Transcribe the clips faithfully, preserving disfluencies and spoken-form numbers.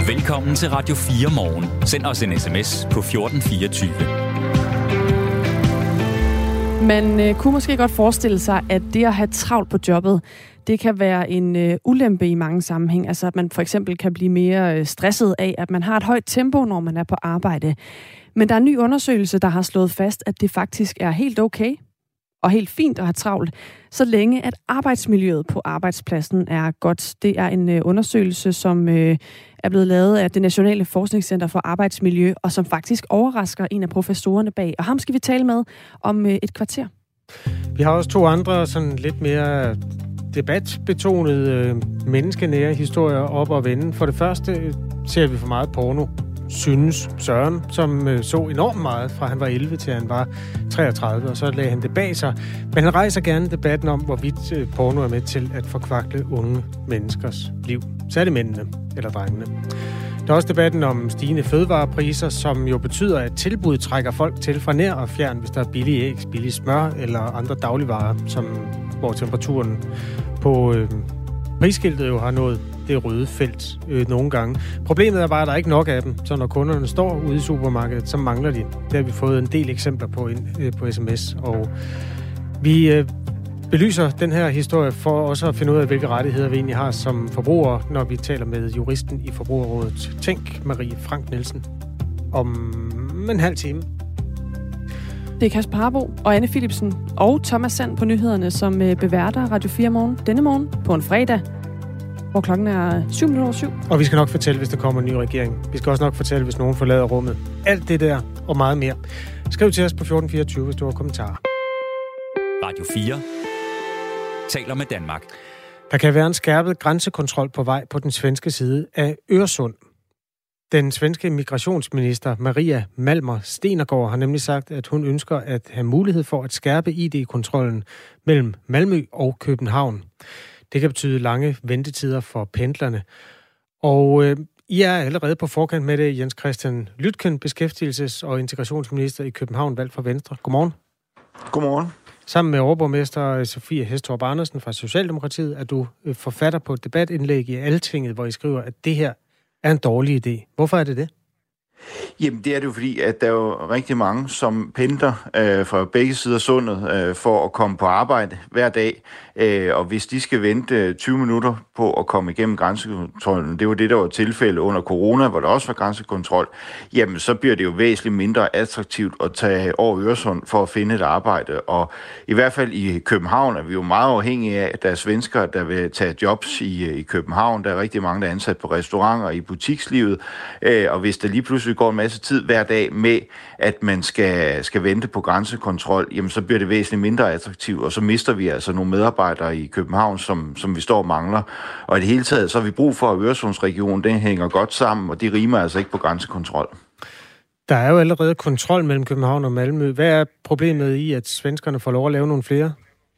Velkommen til Radio fire Morgen. Send os en sms på fjorten fireogtyve. Man øh, kunne måske godt forestille sig, at det at have travlt på jobbet, det kan være en øh, ulempe i mange sammenhæng. Altså at man for eksempel kan blive mere øh, stresset af, at man har et højt tempo, når man er på arbejde. Men der er en ny undersøgelse, der har slået fast, at det faktisk er helt okay og helt fint at have travlt, så længe at arbejdsmiljøet på arbejdspladsen er godt. Det er en øh, undersøgelse, som øh, er blevet lavet af det Nationale Forskningscenter for Arbejdsmiljø, og som faktisk overrasker en af professorerne bag. Og ham skal vi tale med om øh, et kvarter. Vi har også to andre sådan lidt mere debatbetonede øh, menneskenære historier op og vende. For det første øh, ser vi for meget porno, synes Søren, som øh, så enormt meget fra han var elleve til han var treogtredive, og så lagde han det bag sig. Men han rejser gerne debatten om, hvorvidt øh, porno er med til at forkvakle unge menneskers liv. Særligt mændene eller drengene. Der er også debatten om stigende fødevarepriser, som jo betyder, at tilbud trækker folk til fra nær og fjern, hvis der er billige æg, billige smør eller andre dagligvarer, som, hvor temperaturen på øh, prisskiltet jo har nået det røde felt øh, nogle gange. Problemet er bare, at der er ikke nok af dem, så når kunderne står ude i supermarkedet, så mangler de. Det har vi fået en del eksempler på, ind, øh, på sms, og vi øh, belyser den her historie for også at finde ud af, hvilke rettigheder vi egentlig har som forbrugere, når vi taler med juristen i Forbrugerrådet. Tænk, Marie Frank Nielsen, om en halv time. Det er Kasper Harbo og Anne Philipsen og Thomas Sand på nyhederne, som beværter Radio fire Morgen denne morgen på en fredag, hvor klokken er syv minutter over syv. Og vi skal nok fortælle, hvis der kommer en ny regering. Vi skal også nok fortælle, hvis nogen forlader rummet. Alt det der og meget mere. Skriv til os på fjorten fireogtyve, hvis du har kommentarer. Radio fire taler med Danmark. Der kan være en skærpet grænsekontrol på vej på den svenske side af Øresund. Den svenske migrationsminister Maria Malmer Stenergaard har nemlig sagt, at hun ønsker at have mulighed for at skærpe I D-kontrollen mellem Malmø og København. Det kan betyde lange ventetider for pendlerne. Og øh, I er allerede på forkant med det, Jens Christian Lytken, beskæftigelses- og integrationsminister i København, valgt for Venstre. Godmorgen. Godmorgen. Sammen med overborgmester Sofie Hestorp Andersen fra Socialdemokratiet er du forfatter på et debatindlæg i Altinget, hvor I skriver, at det her er en dårlig idé. Hvorfor er det det? Jamen, det er det jo fordi, at der er jo rigtig mange, som pendler øh, fra begge sider af sundet øh, for at komme på arbejde hver dag. Øh, og hvis de skal vente tyve minutter på at komme igennem grænsekontrollen, det var det, der var tilfælde under corona, hvor der også var grænsekontrol, jamen så bliver det jo væsentligt mindre attraktivt at tage over Øresund for at finde et arbejde. Og i hvert fald i København er vi jo meget afhængige af, at der er svenskere, der vil tage jobs i, i København. Der er rigtig mange, der er ansat på restauranter, i butikslivet. Øh, og hvis der lige pludselig går en masse tid hver dag med, at man skal, skal vente på grænsekontrol, jamen så bliver det væsentligt mindre attraktivt, og så mister vi altså nogle medarbejdere i København, som, som vi står og mangler. Og i det hele taget, så har vi brug for, at Øresundsregionen, den hænger godt sammen, og det rimer altså ikke på grænsekontrol. Der er jo allerede kontrol mellem København og Malmø. Hvad er problemet i, at svenskerne får lov at lave nogle flere?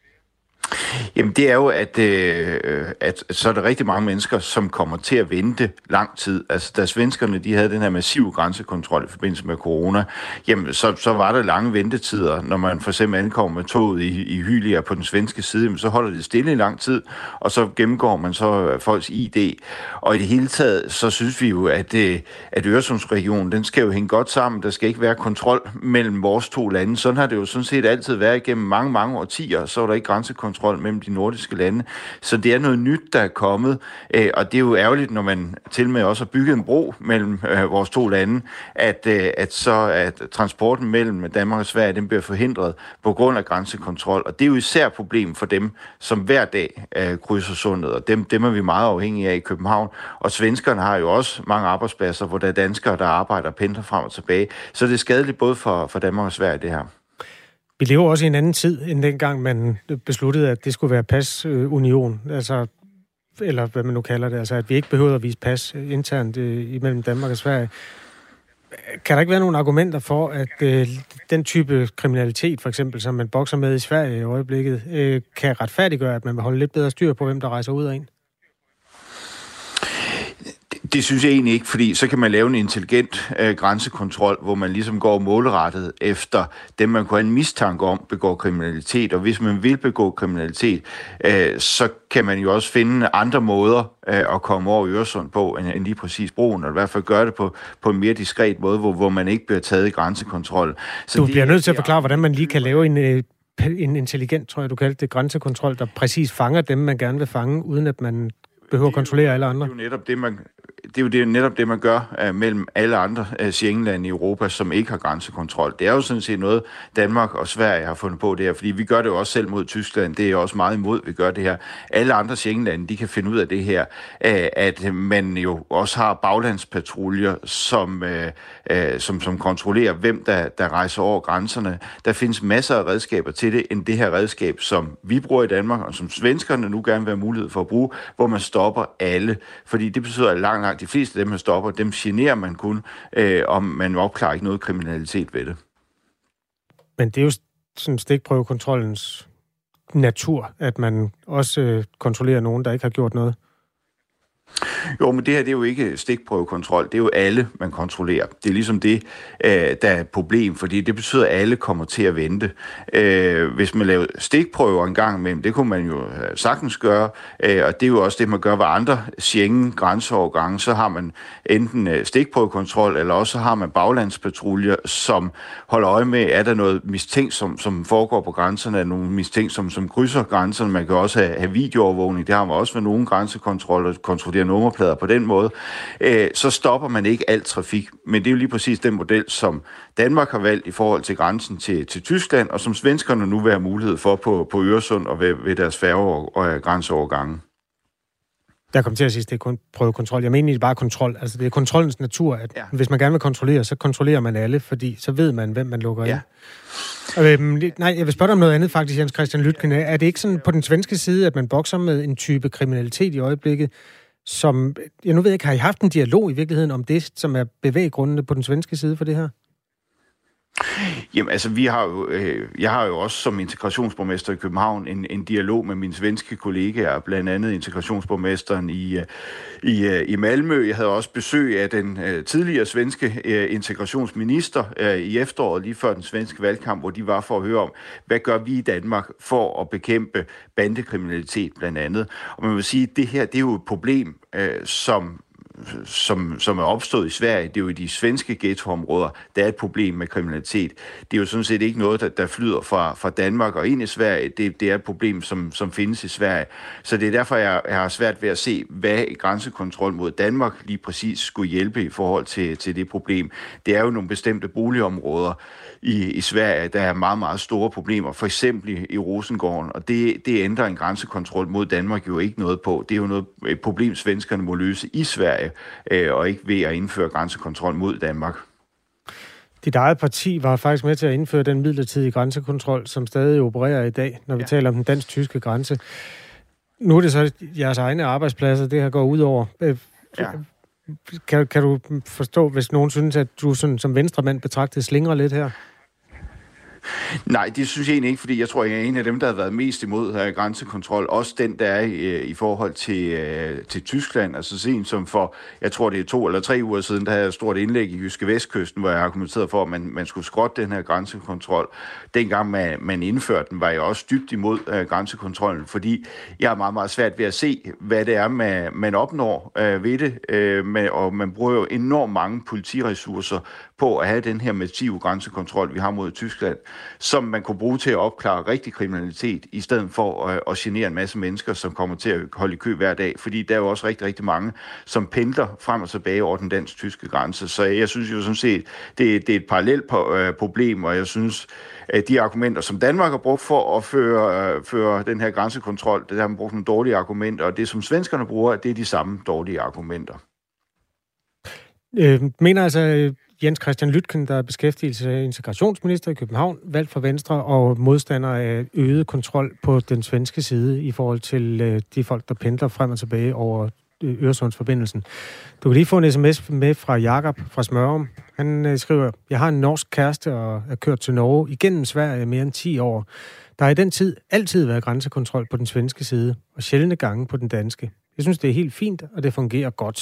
Jamen det er jo, at, øh, at så er der rigtig mange mennesker, som kommer til at vente lang tid. Altså da svenskerne de havde den her massive grænsekontrol i forbindelse med corona, jamen så, så var der lange ventetider. Når man for eksempel ankommer med toget i, i Hylia på den svenske side, jamen, så holder det stille i lang tid, og så gennemgår man så folks I D. Og i det hele taget, så synes vi jo, at, at Øresundsregionen, den skal jo hænge godt sammen. Der skal ikke være kontrol mellem vores to lande. Sådan har det jo sådan set altid været igennem mange, mange årtier. Så er der ikke grænsekontrol mellem de nordiske lande. Så det er noget nyt, der er kommet, øh, og det er jo ærgerligt, når man til med også har bygget en bro mellem øh, vores to lande, at, øh, at så at transporten mellem Danmark og Sverige, den bliver forhindret på grund af grænsekontrol, og det er jo især et problem for dem, som hver dag øh, krydser sundet, og dem, dem er vi meget afhængige af i København, og svenskerne har jo også mange arbejdspladser, hvor der er danskere, der arbejder og pendler frem og tilbage, så det er skadeligt både for, for Danmark og Sverige, det her. Vi lever også i en anden tid, end dengang man besluttede, at det skulle være pasunion, altså, eller hvad man nu kalder det, altså at vi ikke behøver at vise pas internt øh, imellem Danmark og Sverige. Kan der ikke være nogle argumenter for, at øh, den type kriminalitet, for eksempel, som man bokser med i Sverige i øjeblikket, øh, kan retfærdiggøre, at man vil holde lidt bedre styr på, hvem der rejser ud af en? Det synes jeg egentlig ikke, fordi så kan man lave en intelligent øh, grænsekontrol, hvor man ligesom går målrettet efter dem, man kunne have en mistanke om begår kriminalitet. Og hvis man vil begå kriminalitet, øh, så kan man jo også finde andre måder øh, at komme over Øresund på, end, end lige præcis broen, og i hvert fald gøre det på, på en mere diskret måde, hvor, hvor man ikke bliver taget i grænsekontrol. Så du bliver nødt til at forklare, hvordan man lige kan lave en, en intelligent, tror jeg, du kaldte det, grænsekontrol, der præcis fanger dem, man gerne vil fange, uden at man behøver at kontrollere alle andre. Det er jo netop det, man, det er jo det, netop det, man gør uh, mellem alle andre uh, Schengen-lande i Europa, som ikke har grænsekontrol. Det er jo sådan set noget, Danmark og Sverige har fundet på det her, fordi vi gør det jo også selv mod Tyskland. Det er også meget imod, vi gør det her. Alle andre Schengen-lande, de kan finde ud af det her, uh, at man jo også har baglandspatruljer, som, uh, uh, som, som kontrollerer, hvem der, der rejser over grænserne. Der findes masser af redskaber til det, end det her redskab, som vi bruger i Danmark, og som svenskerne nu gerne vil have mulighed for at bruge, hvor man stopper alle. Fordi det betyder, at langt, langt de fleste af dem, der stopper, dem generer man kun, øh, om man opklarer ikke noget kriminalitet ved det. Men det er jo sådan stikprøvekontrollens natur, at man også øh, kontrollerer nogen, der ikke har gjort noget. Jo, men det her, det er jo ikke stikprøvekontrol. Det er jo alle, man kontrollerer. Det er ligesom det, øh, der er et problem, fordi det betyder, at alle kommer til at vente. Øh, hvis man laver stikprøver en gang imellem, det kunne man jo sagtens gøre, øh, og det er jo også det, man gør ved andre Schengen-grænseovergange. Så har man enten øh, stikprøvekontrol, eller også har man baglandspatruljer, som holder øje med, er der noget mistænkt, som, som foregår på grænserne, er der nogle mistænkt, som, som krydser grænserne. Man kan også have, have videoovervågning. Det har man også ved nogle grænsekontroller, kontrollere nummerplader på den måde, øh, så stopper man ikke al trafik. Men det er jo lige præcis den model, som Danmark har valgt i forhold til grænsen til, til Tyskland, og som svenskerne nu vil have mulighed for på, på Øresund og ved, ved deres færge- og, og grænseovergange. Jeg kom til at sige, at det er kun prøvekontrol. Jeg mener ikke bare kontrol. Altså, det er kontrollens natur, at ja. Hvis man gerne vil kontrollere, så kontrollerer man alle, fordi så ved man, hvem man lukker ja. ind. Øhm, nej, jeg vil spørge dig om noget andet faktisk, Jens Christian Lytken. Er det ikke sådan på den svenske side, at man bokser med en type kriminalitet i øjeblikket, som, jeg nu ved ikke, har I haft en dialog i virkeligheden om det, som er bevæggrundene på den svenske side for det her? Jamen altså, vi har jo, øh, jeg har jo også som integrationsborgmester i København en, en dialog med mine svenske kollegaer, blandt andet integrationsborgmesteren i, i, i Malmø. Jeg havde også besøg af den øh, tidligere svenske øh, integrationsminister øh, i efteråret, lige før den svenske valgkamp, hvor de var for at høre om, hvad gør vi i Danmark for at bekæmpe bandekriminalitet blandt andet. Og man vil sige, at det her, det er jo et problem, øh, som Som, som er opstået i Sverige. Det er jo i de svenske ghettoområder, der er et problem med kriminalitet. Det er jo sådan set ikke noget, der, der flyder fra, fra Danmark og ind i Sverige. Det, det er et problem, som, som findes i Sverige. Så det er derfor, jeg, jeg har svært ved at se, hvad grænsekontrol mod Danmark lige præcis skulle hjælpe i forhold til, til det problem. Det er jo nogle bestemte boligområder i, i Sverige, der er meget, meget store problemer. For eksempel i, i Rosengården. Og det, det ændrer en grænsekontrol mod Danmark jo ikke noget på. Det er jo noget, et problem, svenskerne må løse i Sverige, og ikke ved at indføre grænsekontrol mod Danmark. Dit eget parti var faktisk med til at indføre den midlertidige grænsekontrol, som stadig opererer i dag, når vi ja. taler om den dansk-tyske grænse. Nu er det så jeres egne arbejdspladser, det her går ud over. Ja. Kan, kan du forstå, hvis nogen synes, at du sådan, som venstremand betragtet slingrer lidt her? Nej, det synes jeg egentlig ikke, fordi jeg tror, jeg er en af dem, der har været mest imod her grænsekontrol. Også den, der er i, i forhold til, uh, til Tyskland. Altså sent som for, jeg tror det er to eller tre uger siden, der havde jeg et stort indlæg i Jyske Vestkysten, hvor jeg har argumenteret for, at man, man skulle skrotte den her grænsekontrol. Dengang man, man indførte den, var jeg også dybt imod uh, grænsekontrollen, fordi jeg har meget, meget svært ved at se, hvad det er, man, man opnår uh, ved det. Uh, med, og man bruger jo enormt mange politiressourcer på at have den her massive grænsekontrol, vi har mod Tyskland, som man kunne bruge til at opklare rigtig kriminalitet, i stedet for at, at genere en masse mennesker, som kommer til at holde i kø hver dag. Fordi der er jo også rigtig, rigtig mange, som pendler frem og tilbage over den dansk-tyske grænse. Så jeg synes jo sådan set, det, det er et parallelt problem, og jeg synes, at de argumenter, som Danmark har brugt for at føre, føre den her grænsekontrol, det har man brugt nogle dårlige argumenter, og det, som svenskerne bruger, det er de samme dårlige argumenter. Øh, mener altså Jens Christian Lytken, der er beskæftigelse af integrationsminister i København, valgt for Venstre og modstander af øget kontrol på den svenske side i forhold til øh, de folk, der pendler frem og tilbage over øh, Øresundsforbindelsen. Du kan lige få en sms med fra Jakob fra Smørum. Han øh, skriver, jeg har en norsk kæreste og er kørt til Norge igennem Sverige mere end ti år. Der har i den tid altid været grænsekontrol på den svenske side, og sjældne gange på den danske. Jeg synes, det er helt fint, og det fungerer godt,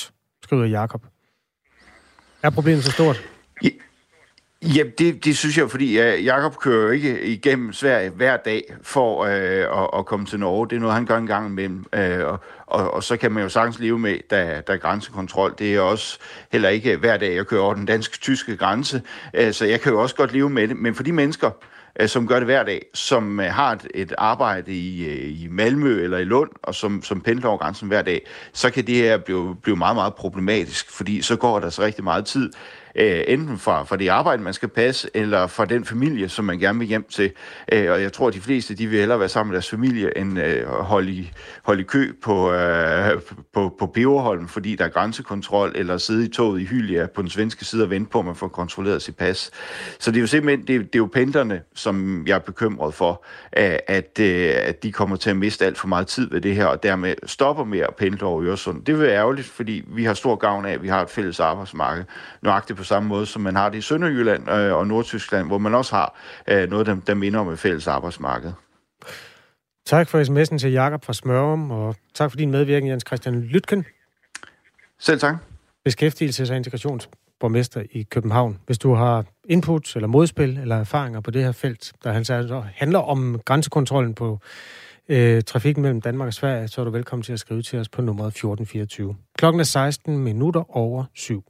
skriver Jakob. Er problemet så stort? Ja. Ja, det, det synes jeg, fordi uh, Jakob kører jo ikke igennem Sverige hver dag for uh, at, at komme til Norge. Det er noget, han gør en gang imellem. Uh, og, og, og så kan man jo sagtens leve med, der, der er grænsekontrol. Det er også heller ikke hver dag, jeg kører over den dansk-tyske grænse. Uh, så jeg kan jo også godt leve med det. Men for de mennesker, uh, som gør det hver dag, som uh, har et, et arbejde i, uh, i Malmø eller i Lund, og som, som pendler over grænsen hver dag, så kan det her blive, blive meget, meget problematisk, fordi så går der så rigtig meget tid, Uh, enten fra, fra det arbejde, man skal passe, eller fra den familie, som man gerne vil hjem til. Uh, og jeg tror, at de fleste, de vil hellere være sammen med deres familie, end uh, holde, i, holde i kø på, uh, på, på Peberholm, fordi der er grænsekontrol, eller sidde i toget i Hylia på den svenske side og vente på, at man får kontrolleret sit pas. Så det er jo simpelthen, det, det er jo pendlerne, som jeg er bekymret for, uh, at, uh, at de kommer til at miste alt for meget tid ved det her, og dermed stopper med at pendle over Øresund. Det vil være ærgerligt, fordi vi har stor gavn af, at vi har et fælles arbejdsmarked. Nøjagtigt på samme måde, som man har det i Sønderjylland øh, og Nordtyskland, hvor man også har øh, noget, der, der minder om et fælles arbejdsmarked. Tak for sms'en til Jakob fra Smørum, og tak for din medvirken, Jens Christian Lytken. Selv tak. Beskæftigelses- og integrationsborgmester i København. Hvis du har input eller modspil eller erfaringer på det her felt, der handler om grænsekontrollen på øh, trafikken mellem Danmark og Sverige, så er du velkommen til at skrive til os på nummeret fjorten fireogtyve. Klokken er seksten minutter over syv.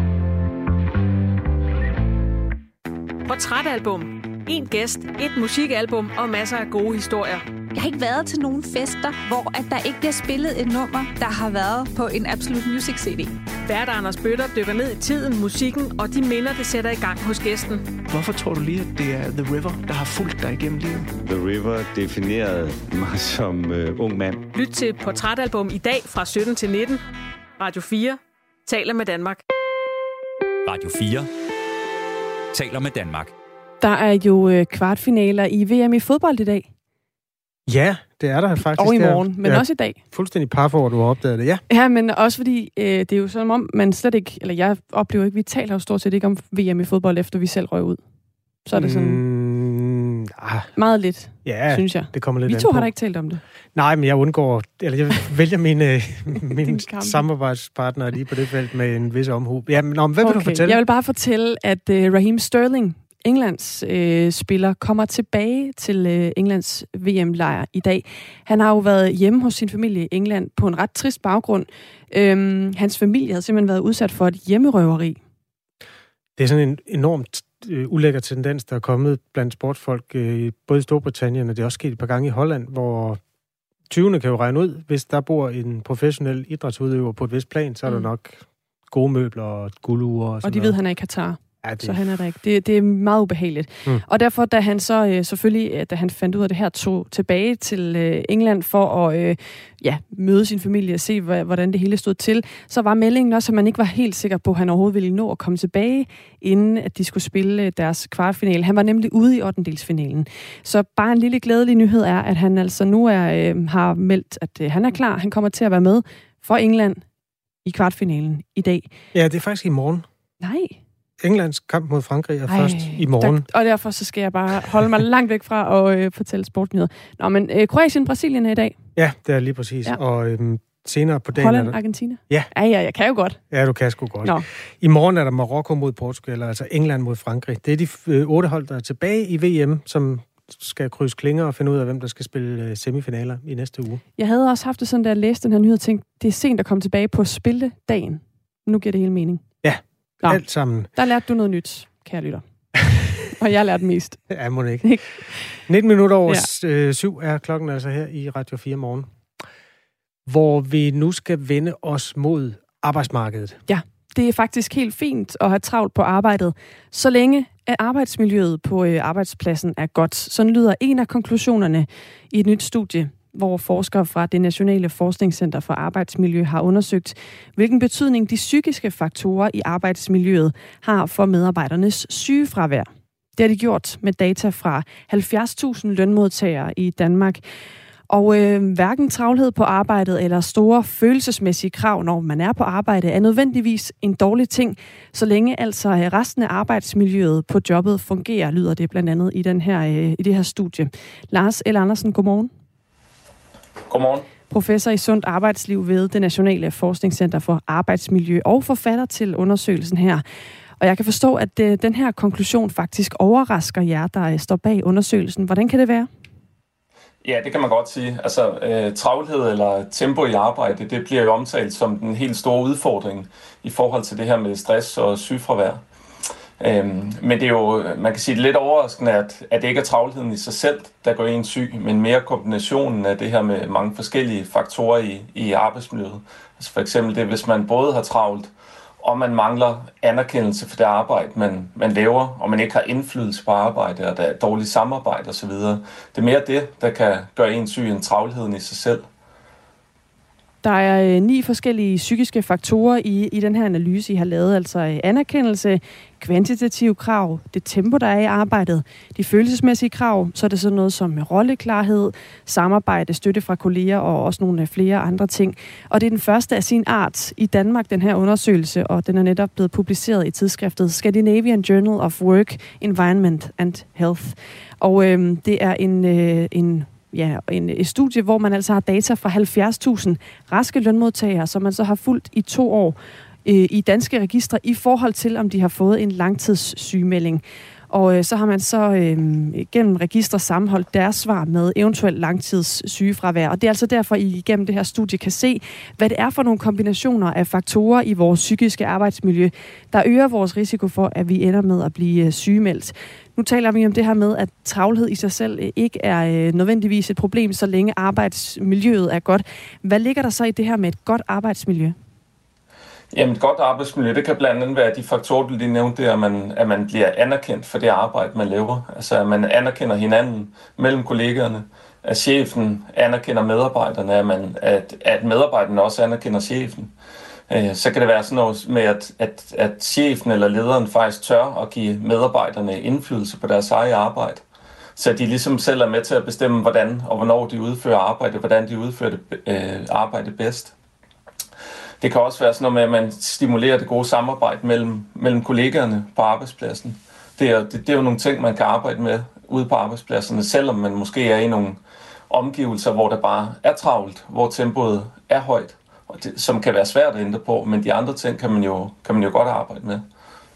Portrætalbum. En gæst, et musikalbum og masser af gode historier. Jeg har ikke været til nogen fester, hvor at der ikke bliver spillet et nummer, der har været på en Absolute Music C D. Vært Anders Bøtter dykker ned i tiden, musikken og de minder, det sætter i gang hos gæsten. Hvorfor tror du lige, at det er The River, der har fulgt dig igennem livet? The River definerede mig som øh, ung mand. Lyt til Portrætalbum i dag fra sytten til nitten. Radio fire taler med Danmark. Radio fire taler med Danmark. Der er jo kvartfinaler i V M i fodbold i dag. Ja, det er der faktisk. Og i morgen, men ja, også i dag. Fuldstændig par for, at du har opdaget det, ja. Ja, men også fordi, øh, det er jo som om, man slet ikke, eller jeg oplever ikke, vi taler jo stort set ikke om V M i fodbold, efter vi selv røg ud. Så er det sådan mm, ah, meget lidt, ja, synes jeg. Det kommer lidt vi to an på. har da ikke talt om det. Nej, men jeg undgår, eller jeg vælger mine, mine samarbejdspartnere lige på det felt med en vis omhu. Ja, men om, hvad vil okay. du fortælle? Jeg vil bare fortælle, at uh, Raheem Sterling, Englands øh, spiller, kommer tilbage til øh, Englands V M-lejr i dag. Han har jo været hjemme hos sin familie i England på en ret trist baggrund. Øhm, hans familie havde simpelthen været udsat for et hjemmerøveri. Det er sådan en enormt øh, ulækker tendens, der er kommet blandt sportsfolk, øh, både i Storbritannien, og det er også sket et par gange i Holland, hvor tyvene kan jo regne ud, hvis der bor en professionel idrætsudøver på et vist plan, så er der mm. nok gode møbler og guldure og sådan Og de noget. ved, han er i Katar. Ja, det... Så han er der ikke. Det, det er meget ubehageligt. Mm. Og derfor, da han så øh, selvfølgelig, da han fandt ud af det her, tog tilbage til øh, England for at øh, ja, møde sin familie og se, hvordan det hele stod til, så var meldingen også, at man ikke var helt sikker på, at han overhovedet ville nå at komme tilbage, inden at de skulle spille deres kvartfinale. Han var nemlig ude i ottendedelsfinalen. Så bare en lille glædelig nyhed er, at han altså nu er, øh, har meldt, at øh, han er klar. Han kommer til at være med for England i kvartfinalen i dag. Ja, det er faktisk i morgen. Nej. Englands kamp mod Frankrig er Ej, først i morgen. Der, og derfor så skal jeg bare holde mig langt væk fra at øh, fortælle sportsnyheder. Nå, men øh, Kroatien, Brasilien er i dag. Ja, det er lige præcis. Ja. Og øhm, senere på dagen... Holland, er der... Argentina? Ja. Ja, ja, jeg kan jo godt. Ja, du kan sgu godt. Nå. I morgen er der Marokko mod Portugal, altså England mod Frankrig. Det er de øh, otte hold, der er tilbage i V M, som skal krydse klinger og finde ud af, hvem der skal spille øh, semifinaler i næste uge. Jeg havde også haft det sådan, da jeg læste den her nyhed, og tænkte, det er sent at komme tilbage på spilledagen. Nu giver det hele mening. Ja, Nå. Alt sammen. Der lærte du noget nyt, kære lytter. Og jeg lærte mest. Ja, må det ikke. nitten minutter over ja. øh, syv er klokken altså her i Radio fire morgen, hvor vi nu skal vende os mod arbejdsmarkedet. Ja, det er faktisk helt fint at have travlt på arbejdet, så længe at arbejdsmiljøet på øh, arbejdspladsen er godt. Sådan lyder en af konklusionerne i et nyt studie, hvor forskere fra det Nationale Forskningscenter for Arbejdsmiljø har undersøgt, hvilken betydning de psykiske faktorer i arbejdsmiljøet har for medarbejdernes sygefravær. Det har de gjort med data fra halvfjerds tusind lønmodtagere i Danmark. Og øh, hverken travlhed på arbejdet eller store følelsesmæssige krav, når man er på arbejde, er nødvendigvis en dårlig ting, så længe altså resten af arbejdsmiljøet på jobbet fungerer, lyder det blandt andet i, den her, øh, i det her studie. Lars L. Andersen, godmorgen. Godmorgen. professor i sundt arbejdsliv ved det Nationale Forskningscenter for Arbejdsmiljø og forfatter til undersøgelsen her. Og jeg kan forstå, at den her konklusion faktisk overrasker jer, der står bag undersøgelsen. Hvordan kan det være? Ja, det kan man godt sige. Altså, øh, travlhed eller tempo i arbejde, det bliver jo omtalt som den helt store udfordring i forhold til det her med stress og sygefravær. Øhm, men det er jo, man kan sige, det lidt overraskende, at, at det ikke er travlheden i sig selv, der gør en syg, men mere kombinationen af det her med mange forskellige faktorer i, i arbejdsmiljøet. Altså for eksempel det, hvis man både har travlt, og man mangler anerkendelse for det arbejde, man, man laver, og man ikke har indflydelse på arbejde, og der er dårligt samarbejde osv. Det er mere det, der kan gøre en syg end travlheden i sig selv. Der er ni forskellige psykiske faktorer i, i den her analyse, I har lavet. Altså anerkendelse, kvantitative krav, det tempo, der er i arbejdet, de følelsesmæssige krav, så er det sådan noget som rolleklarhed, samarbejde, støtte fra kolleger og også nogle flere andre ting. Og det er den første af sin art i Danmark, den her undersøgelse, og den er netop blevet publiceret i tidsskriftet Scandinavian Journal of Work, Environment and Health. Og øhm, det er en, øh, en Ja, en, et studie, hvor man altså har data fra halvfjerds tusind raske lønmodtagere, som man så har fulgt i to år øh, i danske registre i forhold til, om de har fået en langtidssygemelding. Og øh, så har man så øh, gennem registre sammenholdt deres svar med eventuelt langtidssygefravær. Og det er altså derfor, I gennem det her studie kan se, hvad det er for nogle kombinationer af faktorer i vores psykiske arbejdsmiljø, der øger vores risiko for, at vi ender med at blive sygemeldt. Nu taler vi om det her med, at travlhed i sig selv ikke er nødvendigvis et problem, så længe arbejdsmiljøet er godt. Hvad ligger der så i det her med et godt arbejdsmiljø? Jamen et godt arbejdsmiljø, det kan blandt andet være de faktorer, du lige nævnte, det er, at man, at man bliver anerkendt for det arbejde, man laver. Altså at man anerkender hinanden mellem kollegerne, at chefen anerkender medarbejderne, at, man, at, at medarbejderne også anerkender chefen. Så kan det være sådan noget med, at, at, at chefen eller lederen faktisk tør at give medarbejderne indflydelse på deres eget arbejde. Så de ligesom selv er med til at bestemme, hvordan og hvornår de udfører arbejde, hvordan de udfører det øh, arbejde bedst. Det kan også være sådan noget med, at man stimulerer det gode samarbejde mellem, mellem kollegaerne på arbejdspladsen. Det er, det, det er jo nogle ting, man kan arbejde med ude på arbejdspladserne, selvom man måske er i nogle omgivelser, hvor der bare er travlt, hvor tempoet er højt. Det, som kan være svært at ændre på, men de andre ting kan man jo, kan man jo godt arbejde med.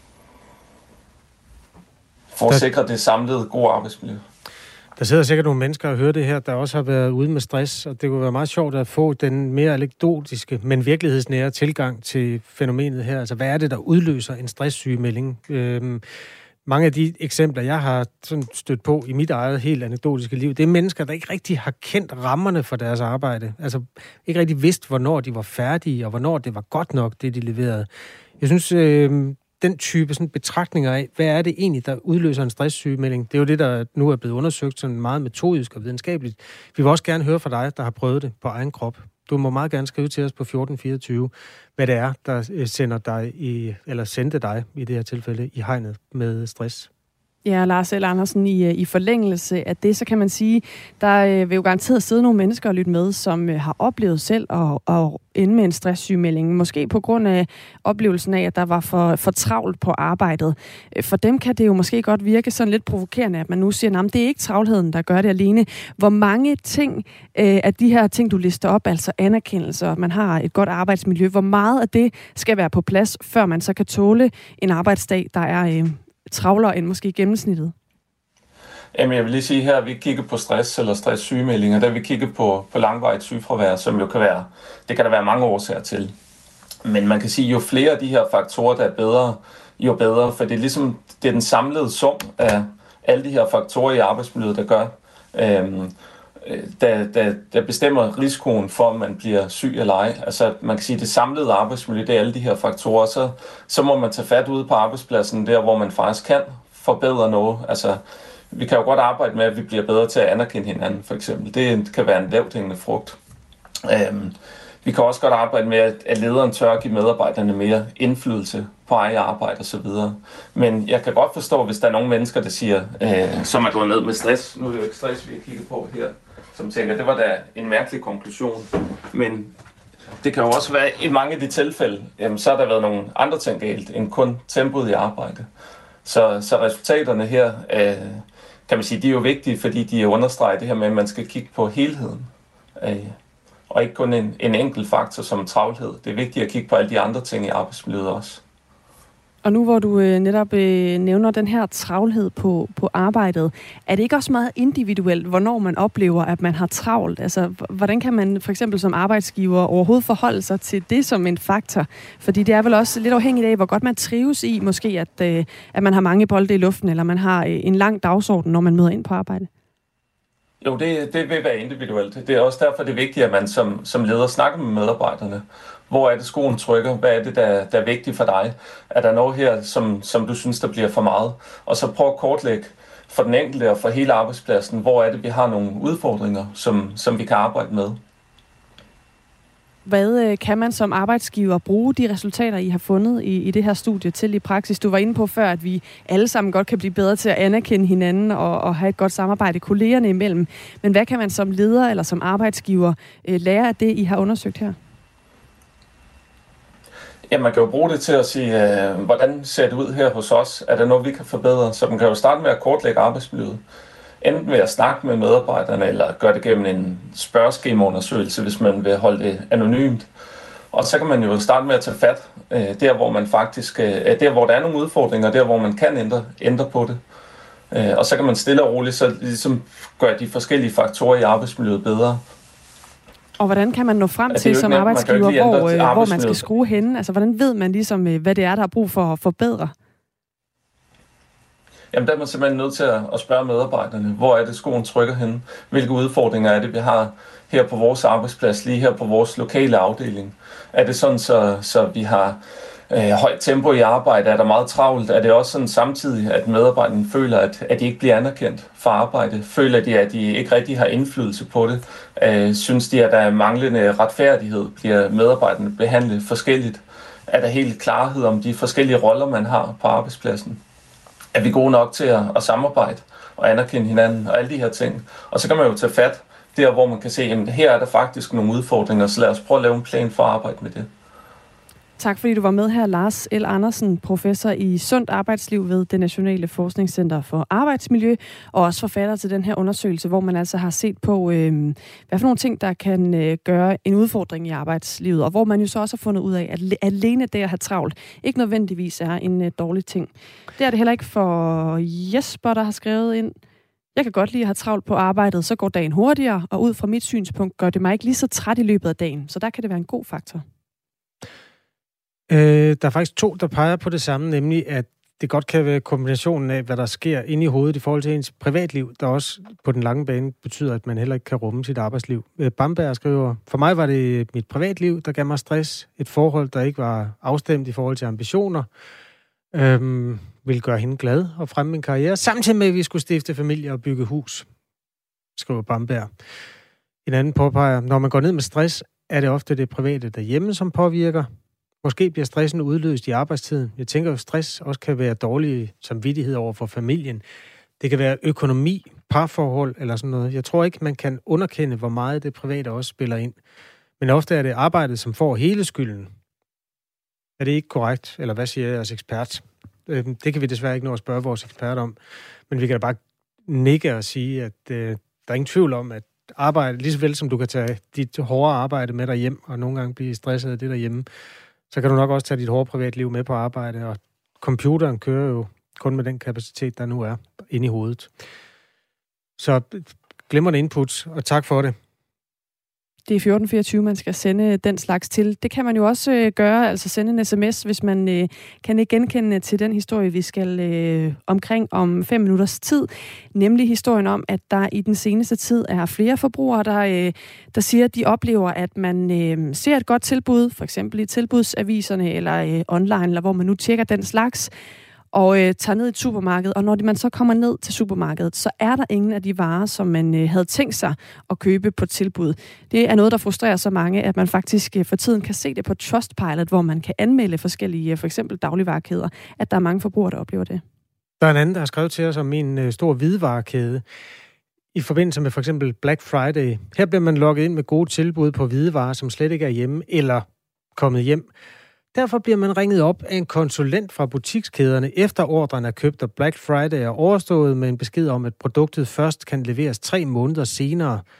For at der, sikre det samlede gode arbejdsmiljø. Der sidder sikkert nogle mennesker og hører det her, der også har været ude med stress, og det kunne være meget sjovt at få den mere anekdotiske, men virkelighedsnære tilgang til fænomenet her. Altså, hvad er det, der udløser en stresssygemelding? Øhm, Mange af de eksempler, jeg har sådan stødt på i mit eget helt anekdotiske liv, det er mennesker, der ikke rigtig har kendt rammerne for deres arbejde. Altså ikke rigtig vidst, hvornår de var færdige, og hvornår det var godt nok, det de leverede. Jeg synes, øh, den type sådan betragtninger af, hvad er det egentlig, der udløser en stresssygemelding, det er jo det, der nu er blevet undersøgt sådan meget metodisk og videnskabeligt. Vi vil også gerne høre fra dig, der har prøvet det på egen krop. Du må meget gerne skrive til os på fjorten fireogtyve, hvad det er, der sender dig i, eller sendte dig i det her tilfælde i hegnet med stress. Ja, Lars L. Andersen, i, i forlængelse af det, så kan man sige, der vil jo garanteret sidde nogle mennesker og lytte med, som har oplevet selv at, at ende med en stresssygemelding. Måske på grund af oplevelsen af, at der var for, for travlt på arbejdet. For dem kan det jo måske godt virke sådan lidt provokerende, at man nu siger, at det er ikke travlheden, der gør det alene. Hvor mange ting af de her ting, du lister op, altså anerkendelse, og man har et godt arbejdsmiljø, hvor meget af det skal være på plads, før man så kan tåle en arbejdsdag, der er travlere end måske gennemsnittet? Jamen, jeg vil lige sige her, at vi kigger på stress eller stresssygemeldinger, der vi kigger på, på langvarigt sygefravær, som jo kan være, det kan der være mange årsager til. Men man kan sige, jo flere af de her faktorer, der er bedre, jo bedre, for det er ligesom, det er den samlede sum af alle de her faktorer i arbejdsmiljøet, der gør, øhm, der, der, der bestemmer risikoen for, om man bliver syg eller ej. Altså, man kan sige, at det samlede arbejdsmiljø, det er alle de her faktorer. Så, så må man tage fat ude på arbejdspladsen, der hvor man faktisk kan forbedre noget. Altså, vi kan jo godt arbejde med, at vi bliver bedre til at anerkende hinanden, for eksempel. Det kan være en lavthængende frugt. Øhm, vi kan også godt arbejde med, at lederen tør at give medarbejderne mere indflydelse på eget arbejde og så videre. Men jeg kan godt forstå, hvis der er nogle mennesker, der siger, øh, som er gået ned med stress. Nu er det jo ikke stress, vi har kigget på her. Som tænker, det var da en mærkelig konklusion. Men det kan jo også være, i mange af de tilfælde, jamen, så har der været nogle andre ting galt, end kun tempoet i arbejde. Så, så resultaterne her, øh, kan man sige, de er jo vigtige, fordi de understreger det her med, at man skal kigge på helheden. Øh, og ikke kun en, en enkelt faktor som travlhed. Det er vigtigt at kigge på alle de andre ting i arbejdsmiljøet også. Og nu hvor du øh, netop øh, nævner den her travlhed på, på arbejdet, er det ikke også meget individuelt, hvornår man oplever, at man har travlt? Altså, hvordan kan man for eksempel som arbejdsgiver overhovedet forholde sig til det som en faktor? Fordi det er vel også lidt afhængigt af, hvor godt man trives i, måske at, øh, at man har mange bolde i luften, eller man har øh, en lang dagsorden, når man møder ind på arbejde. Jo, det, det vil være individuelt. Det er også derfor, det er vigtigt, at man som, som leder snakker med medarbejderne. Hvor er det skoen trykker? Hvad er det, der, der er vigtigt for dig? Er der noget her, som, som du synes, der bliver for meget? Og så prøv at kortlægge for den enkelte og for hele arbejdspladsen, hvor er det, vi har nogle udfordringer, som, som vi kan arbejde med. Hvad kan man som arbejdsgiver bruge de resultater, I har fundet i, i det her studie til i praksis? Du var inde på før, at vi alle sammen godt kan blive bedre til at anerkende hinanden og, og have et godt samarbejde kollegerne imellem. Men hvad kan man som leder eller som arbejdsgiver øh, lære af det, I har undersøgt her? Ja, man kan jo bruge det til at sige, øh, hvordan ser det ud her hos os? Er der noget, vi kan forbedre? Så man kan jo starte med at kortlægge arbejdsmiljøet. Enten ved at snakke med medarbejderne, eller gøre det gennem en spørgeskemaundersøgelse, hvis man vil holde det anonymt. Og så kan man jo starte med at tage fat øh, der, hvor man faktisk, øh, der, hvor der er nogle udfordringer, der, hvor man kan ændre, ændre på det. Øh, og så kan man stille og roligt så ligesom gøre de forskellige faktorer i arbejdsmiljøet bedre. Og hvordan kan man nå frem til som nemt, arbejdsgiver, man hvor, øh, hvor man skal skrue henne? Altså, hvordan ved man ligesom, hvad det er, der er brug for at forbedre? Jamen, der er man simpelthen nødt til at spørge medarbejderne, hvor er det skoen trykker henne? Hvilke udfordringer er det, vi har her på vores arbejdsplads, lige her på vores lokale afdeling? Er det sådan, så, så vi har øh, højt tempo i arbejde? Er der meget travlt? Er det også sådan samtidig, at medarbejderne føler, at, at de ikke bliver anerkendt for arbejde? Føler de, at de ikke rigtig har indflydelse på det? Øh, synes de, at der er manglende retfærdighed? Bliver medarbejderne behandlet forskelligt? Er der helt klarhed om de forskellige roller, man har på arbejdspladsen? Er vi gode nok til at, at samarbejde og anerkende hinanden og alle de her ting? Og så kan man jo tage fat der, hvor man kan se, at her er der faktisk nogle udfordringer, så lad os prøve at lave en plan for at arbejde med det. Tak fordi du var med her, Lars L. Andersen, professor i sundt arbejdsliv ved det Nationale Forskningscenter for Arbejdsmiljø, og også forfatter til den her undersøgelse, hvor man altså har set på, øh, hvad for nogle ting, der kan øh, gøre en udfordring i arbejdslivet, og hvor man jo så også har fundet ud af, at alene det at have travlt ikke nødvendigvis er en øh, dårlig ting. Det er det heller ikke for Jesper, der har skrevet ind. Jeg kan godt lide at have travlt på arbejdet, så går dagen hurtigere, og ud fra mit synspunkt gør det mig ikke lige så træt i løbet af dagen, så der kan det være en god faktor. Øh, der er faktisk to, der peger på det samme, nemlig at det godt kan være kombinationen af, hvad der sker inde i hovedet i forhold til ens privatliv, der også på den lange bane betyder, at man heller ikke kan rumme sit arbejdsliv. Øh, Bamberg skriver, for mig var det mit privatliv, der gav mig stress. Et forhold, der ikke var afstemt i forhold til ambitioner, øhm, ville gøre hende glad og fremme min karriere, samtidig med, at vi skulle stifte familie og bygge hus, skriver Bamberg. En anden påpeger, når man går ned med stress, er det ofte det private derhjemme, som påvirker. Måske bliver stressen udløst i arbejdstiden. Jeg tænker, at stress også kan være dårlig samvittighed over for familien. Det kan være økonomi, parforhold eller sådan noget. Jeg tror ikke, man kan underkende, hvor meget det private også spiller ind. Men ofte er det arbejdet, som får hele skylden. Er det ikke korrekt? Eller hvad siger jeres ekspert? Det kan vi desværre ikke nå at spørge vores ekspert om. Men vi kan da bare nikke og sige, at øh, der er ingen tvivl om, at arbejde, lige så vel som du kan tage dit hårde arbejde med dig hjem, og nogle gange blive stresset af det derhjemme, så kan du nok også tage dit hårde privatliv med på arbejde, og computeren kører jo kun med den kapacitet, der nu er inde i hovedet. Så glimrende input, og tak for det. Det er fjorten fireogtyve, man skal sende den slags til. Det kan man jo også øh, gøre, altså sende en sms, hvis man øh, kan ikke genkende til den historie, vi skal øh, omkring om fem minutters tid. Nemlig historien om, at der i den seneste tid er flere forbrugere, der, øh, der siger, at de oplever, at man øh, ser et godt tilbud, for eksempel i tilbudsaviserne eller øh, online, eller hvor man nu tjekker den slags, og øh, tager ned i et supermarked, og når man så kommer ned til supermarkedet, så er der ingen af de varer, som man øh, havde tænkt sig at købe på tilbud. Det er noget, der frustrerer så mange, at man faktisk øh, for tiden kan se det på Trustpilot, hvor man kan anmelde forskellige, øh, for eksempel dagligvarekæder, at der er mange forbrugere, der oplever det. Der er en anden, der har skrevet til os om en øh, stor hvidevarekæde i forbindelse med for eksempel Black Friday. Her bliver man logget ind med gode tilbud på hvidevarer, som slet ikke er hjemme eller kommet hjem. Derfor bliver man ringet op af en konsulent fra butikskæderne, efter ordren er købt, og Black Friday er overstået, med en besked om, at produktet først kan leveres tre måneder senere.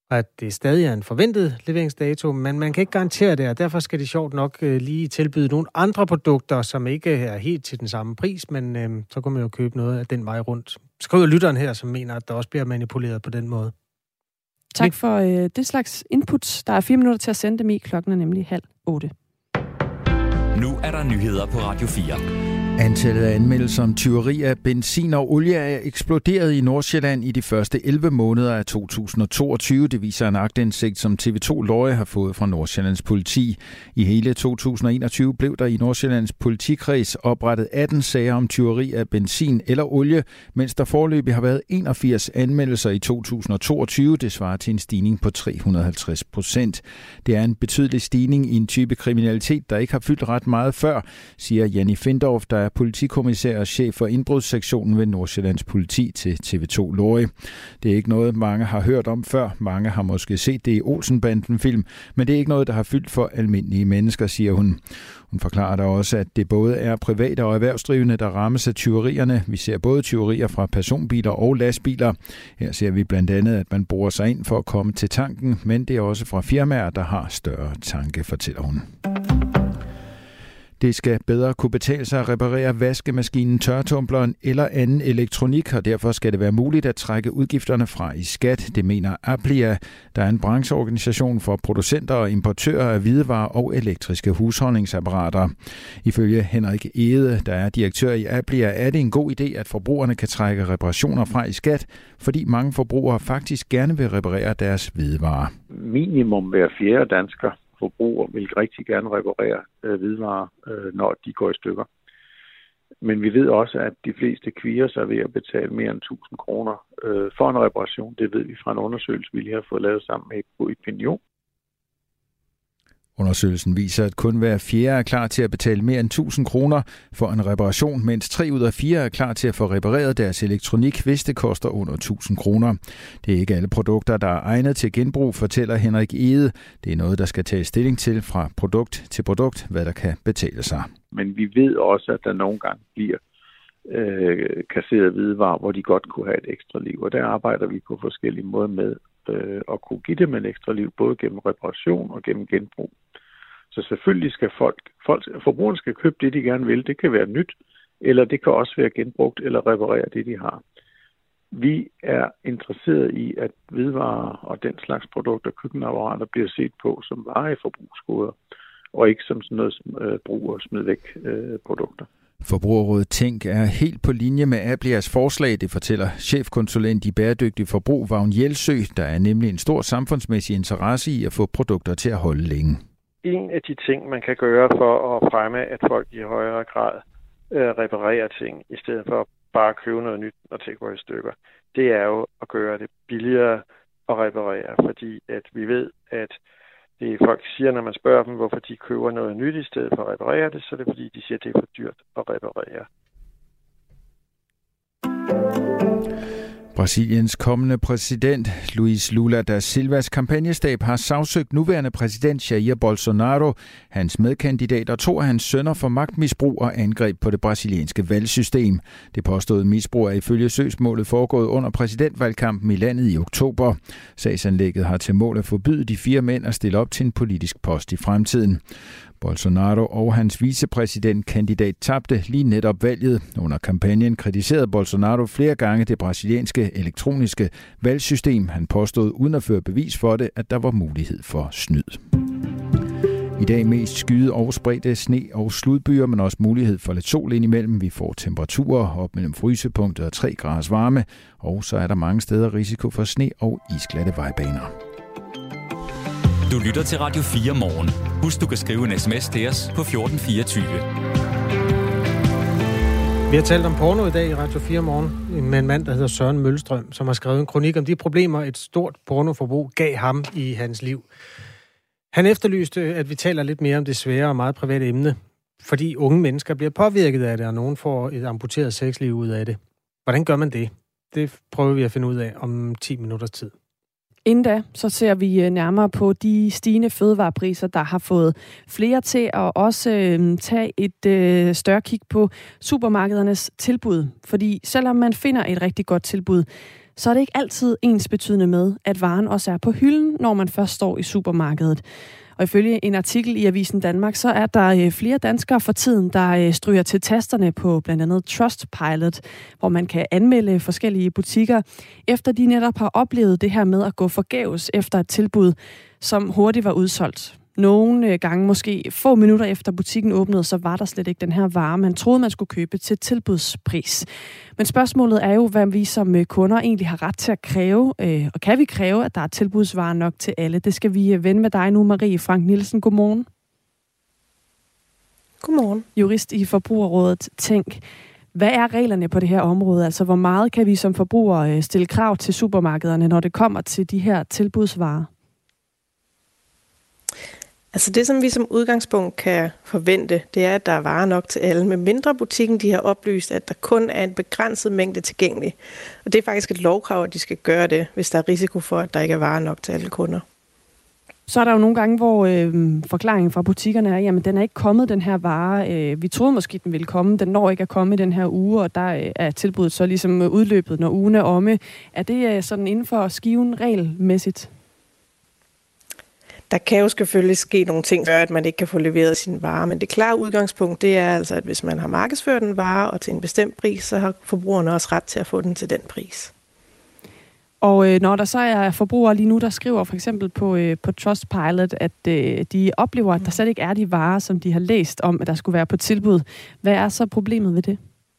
og at det stadig er en forventet leveringsdato, men man kan ikke garantere det, og derfor skal de sjovt nok øh, lige tilbyde nogle andre produkter, som ikke er helt til den samme pris, men øh, så kan man jo købe noget af den vej rundt. Skriver lytteren her, som mener, at der også bliver manipuleret på den måde. Tak for øh, det slags inputs. Der er fire minutter til at sende dem i. Klokken er nemlig halv otte. Nu er der nyheder på Radio fire. Antallet af anmeldelser om tyveri af benzin og olie er eksploderet i Nordsjælland i de første elleve måneder af to tusind og toogtyve. Det viser en aktindsigt, som T V to Løje har fået fra Nordsjællands politi. I hele to tusind og enogtyve blev der i Nordsjællands politikreds oprettet atten sager om tyveri af benzin eller olie, mens der foreløbig har været enogfirs anmeldelser i to tusind og toogtyve. Det svarer til en stigning på tre hundrede og halvtreds procent. Det er en betydelig stigning i en type kriminalitet, der ikke har fyldt ret meget før, siger Janni Findorf, der er politikommissær og chef for indbrudssektionen ved Nordsjællands politi til T V to Løje. Det er ikke noget, mange har hørt om før. Mange har måske set det i Olsenbanden-film, men det er ikke noget, der har fyldt for almindelige mennesker, siger hun. Hun forklarer da også, at det både er private og erhvervsdrivende, der rammes af tyverierne. Vi ser både tyverier fra personbiler og lastbiler. Her ser vi blandt andet, at man bruger sig ind for at komme til tanken, men det er også fra firmaer, der har større tanke, fortæller hun. Det skal bedre kunne betale sig at reparere vaskemaskinen, tørretumbleren eller anden elektronik, og derfor skal det være muligt at trække udgifterne fra i skat. Det mener Aplia, der er en brancheorganisation for producenter og importører af hvidevarer og elektriske husholdningsapparater. Ifølge Henrik Ede, der er direktør i Aplia, er det en god idé, at forbrugerne kan trække reparationer fra i skat, fordi mange forbrugere faktisk gerne vil reparere deres hvidevarer. Minimum hver fjerde dansker forbruger vil rigtig gerne reparere øh, hvidevarer, øh, når de går i stykker. Men vi ved også, at de fleste kvier sig ved at betale mere end tusind kroner øh, for en reparation. Det ved vi fra en undersøgelse, vi lige har fået lavet sammen med Opinion. Undersøgelsen viser, at kun hver fjerde er klar til at betale mere end tusind kroner for en reparation, mens tre ud af fire er klar til at få repareret deres elektronik, hvis det koster under tusind kroner. Det er ikke alle produkter, der er egnet til genbrug, fortæller Henrik Ede. Det er noget, der skal tages stilling til fra produkt til produkt, hvad der kan betale sig. Men vi ved også, at der nogle gange bliver øh, kasseret hvidevarer, hvor de godt kunne have et ekstra liv. Og der arbejder vi på forskellige måder med øh, at kunne give dem et ekstra liv, både gennem reparation og gennem genbrug. Så selvfølgelig skal folk, folk, forbrugerne skal købe det, de gerne vil. Det kan være nyt, eller det kan også være genbrugt eller reparere det, de har. Vi er interesseret i, at hvidevarer og den slags produkter, køkkenapparater, bliver set på som varige forbrugsgoder, og ikke som sådan noget øh, brug- og smid væk øh, produkter. Forbrugerrådet Tænk er helt på linje med Aplias forslag, det fortæller chefkonsulent i bæredygtig forbrug Vagn Jelsø. Der er nemlig en stor samfundsmæssig interesse i at få produkter til at holde længe. En af de ting, man kan gøre for at fremme, at folk i højere grad øh, reparerer ting, i stedet for bare at købe noget nyt, når ting går i stykker, det er jo at gøre det billigere at reparere, fordi at vi ved, at det folk siger, når man spørger dem, hvorfor de køber noget nyt i stedet for at reparere det, så er det fordi, de siger, at det er for dyrt at reparere. Brasiliens kommende præsident Luiz Lula da Silvas kampagnestab har sagsøgt nuværende præsident Jair Bolsonaro, hans medkandidat og to af hans sønner for magtmisbrug og angreb på det brasilianske valgsystem. Det påståede misbrug er ifølge søgsmålet foregået under præsidentvalgkampen i landet i oktober. Sagsanlægget har til mål at forbyde de fire mænd at stille op til en politisk post i fremtiden. Bolsonaro og hans vicepræsidentkandidat tabte lige netop valget. Under kampagnen kritiserede Bolsonaro flere gange det brasilianske elektroniske valgsystem. Han påstod uden at føre bevis for det, at der var mulighed for snyd. I dag mest skyde og spredte sne og sludbyer, men også mulighed for lidt sol indimellem. Vi får temperaturer op mellem frysepunktet og tre graders varme, og så er der mange steder risiko for sne og isglatte vejbaner. Du lytter til Radio fire morgen. Husk, du kan skrive en sms til os på fjorten fireogtyve. Vi har talt om porno i dag i Radio fire morgen med en mand, der hedder Søren Mølstrøm, som har skrevet en kronik om de problemer, et stort pornoforbrug gav ham i hans liv. Han efterlyste, at vi taler lidt mere om det svære og meget private emne, fordi unge mennesker bliver påvirket af det, og nogen får et amputeret sexliv ud af det. Hvordan gør man det? Det prøver vi at finde ud af om ti minutters tid. Inden da, så ser vi nærmere på de stigende fødevarepriser, der har fået flere til at også øh, tage et øh, større kig på supermarkedernes tilbud. Fordi selvom man finder et rigtig godt tilbud, så er det ikke altid ensbetydende med, at varen også er på hylden, når man først står i supermarkedet. Og ifølge en artikel i Avisen Danmark, så er der flere danskere for tiden, der stryger til tasterne på blandt andet Trustpilot, hvor man kan anmelde forskellige butikker, efter de netop har oplevet det her med at gå forgæves efter et tilbud, som hurtigt var udsolgt. Nogle gange, måske få minutter efter butikken åbnede, så var der slet ikke den her vare, man troede, man skulle købe til tilbudspris. Men spørgsmålet er jo, hvad vi som kunder egentlig har ret til at kræve, og kan vi kræve, at der er tilbudsvarer nok til alle? Det skal vi vende med dig nu, Marie Frank Nielsen. Godmorgen. Godmorgen. Jurist i Forbrugerrådet Tænk. Hvad er reglerne på det her område? Altså, hvor meget kan vi som forbrugere stille krav til supermarkederne, når det kommer til de her tilbudsvarer? Altså det, som vi som udgangspunkt kan forvente, det er, at der er varer nok til alle. Med mindre butikken, de har oplyst, at der kun er en begrænset mængde tilgængelig. Og det er faktisk et lovkrav, at de skal gøre det, hvis der er risiko for, at der ikke er varer nok til alle kunder. Så er der jo nogle gange, hvor øh, forklaringen fra butikkerne er, jamen den er ikke kommet, den her vare. Øh, vi troede måske, den ville komme. Den når ikke at komme i den her uge, og der øh, er tilbuddet så ligesom udløbet, når ugen er omme. Er det øh, sådan inden for skiven regelmæssigt? Der kan jo selvfølgelig ske nogle ting, der gør, at man ikke kan få leveret sine varer, men det klare udgangspunkt, det er altså, at hvis man har markedsført en vare og til en bestemt pris, så har forbrugerne også ret til at få den til den pris. Og øh, når der så er forbrugere lige nu, der skriver for eksempel på, øh, på Trustpilot, at øh, de oplever, at der slet ikke er de varer, som de har læst om, at der skulle være på tilbud. Hvad er så problemet ved det?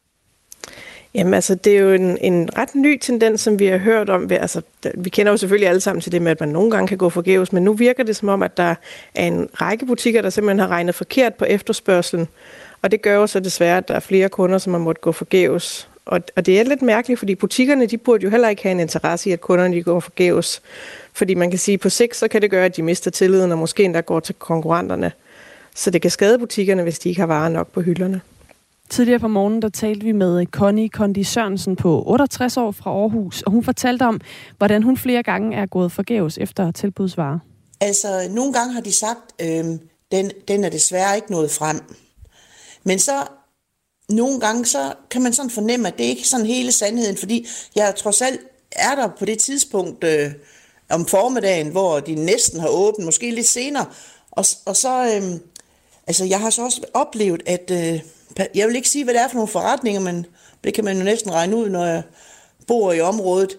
Jamen altså, det er jo en, en ret ny tendens, som vi har hørt om. Altså, vi kender jo selvfølgelig alle sammen til det med, at man nogle gange kan gå forgæves, men nu virker det som om, at der er en række butikker, der simpelthen har regnet forkert på efterspørgselen. Og det gør jo så desværre, at der er flere kunder, som har måttet gå forgæves. Og, og det er lidt mærkeligt, fordi butikkerne, de burde jo heller ikke have en interesse i, at kunderne de går forgæves. Fordi man kan sige, at på sigt, så kan det gøre, at de mister tilliden, og måske endda går til konkurrenterne. Så det kan skade butikkerne, hvis de ikke har varer nok på hylderne. Tidligere på morgenen, der talte vi med Connie Kondi Sørensen på otteogtres år fra Aarhus, og hun fortalte om, hvordan hun flere gange er gået forgæves efter tilbudsvarer. Altså, nogle gange har de sagt, øh, den, den er desværre ikke nået frem. Men så, nogle gange, så kan man sådan fornemme, at det ikke er sådan hele sandheden, fordi jeg trods alt er der på det tidspunkt øh, om formiddagen, hvor de næsten har åbent, måske lidt senere. Og, og så, øh, altså, jeg har så også oplevet, at... Øh, Jeg vil ikke sige, hvad det er for nogle forretninger, men det kan man jo næsten regne ud, når jeg bor i området,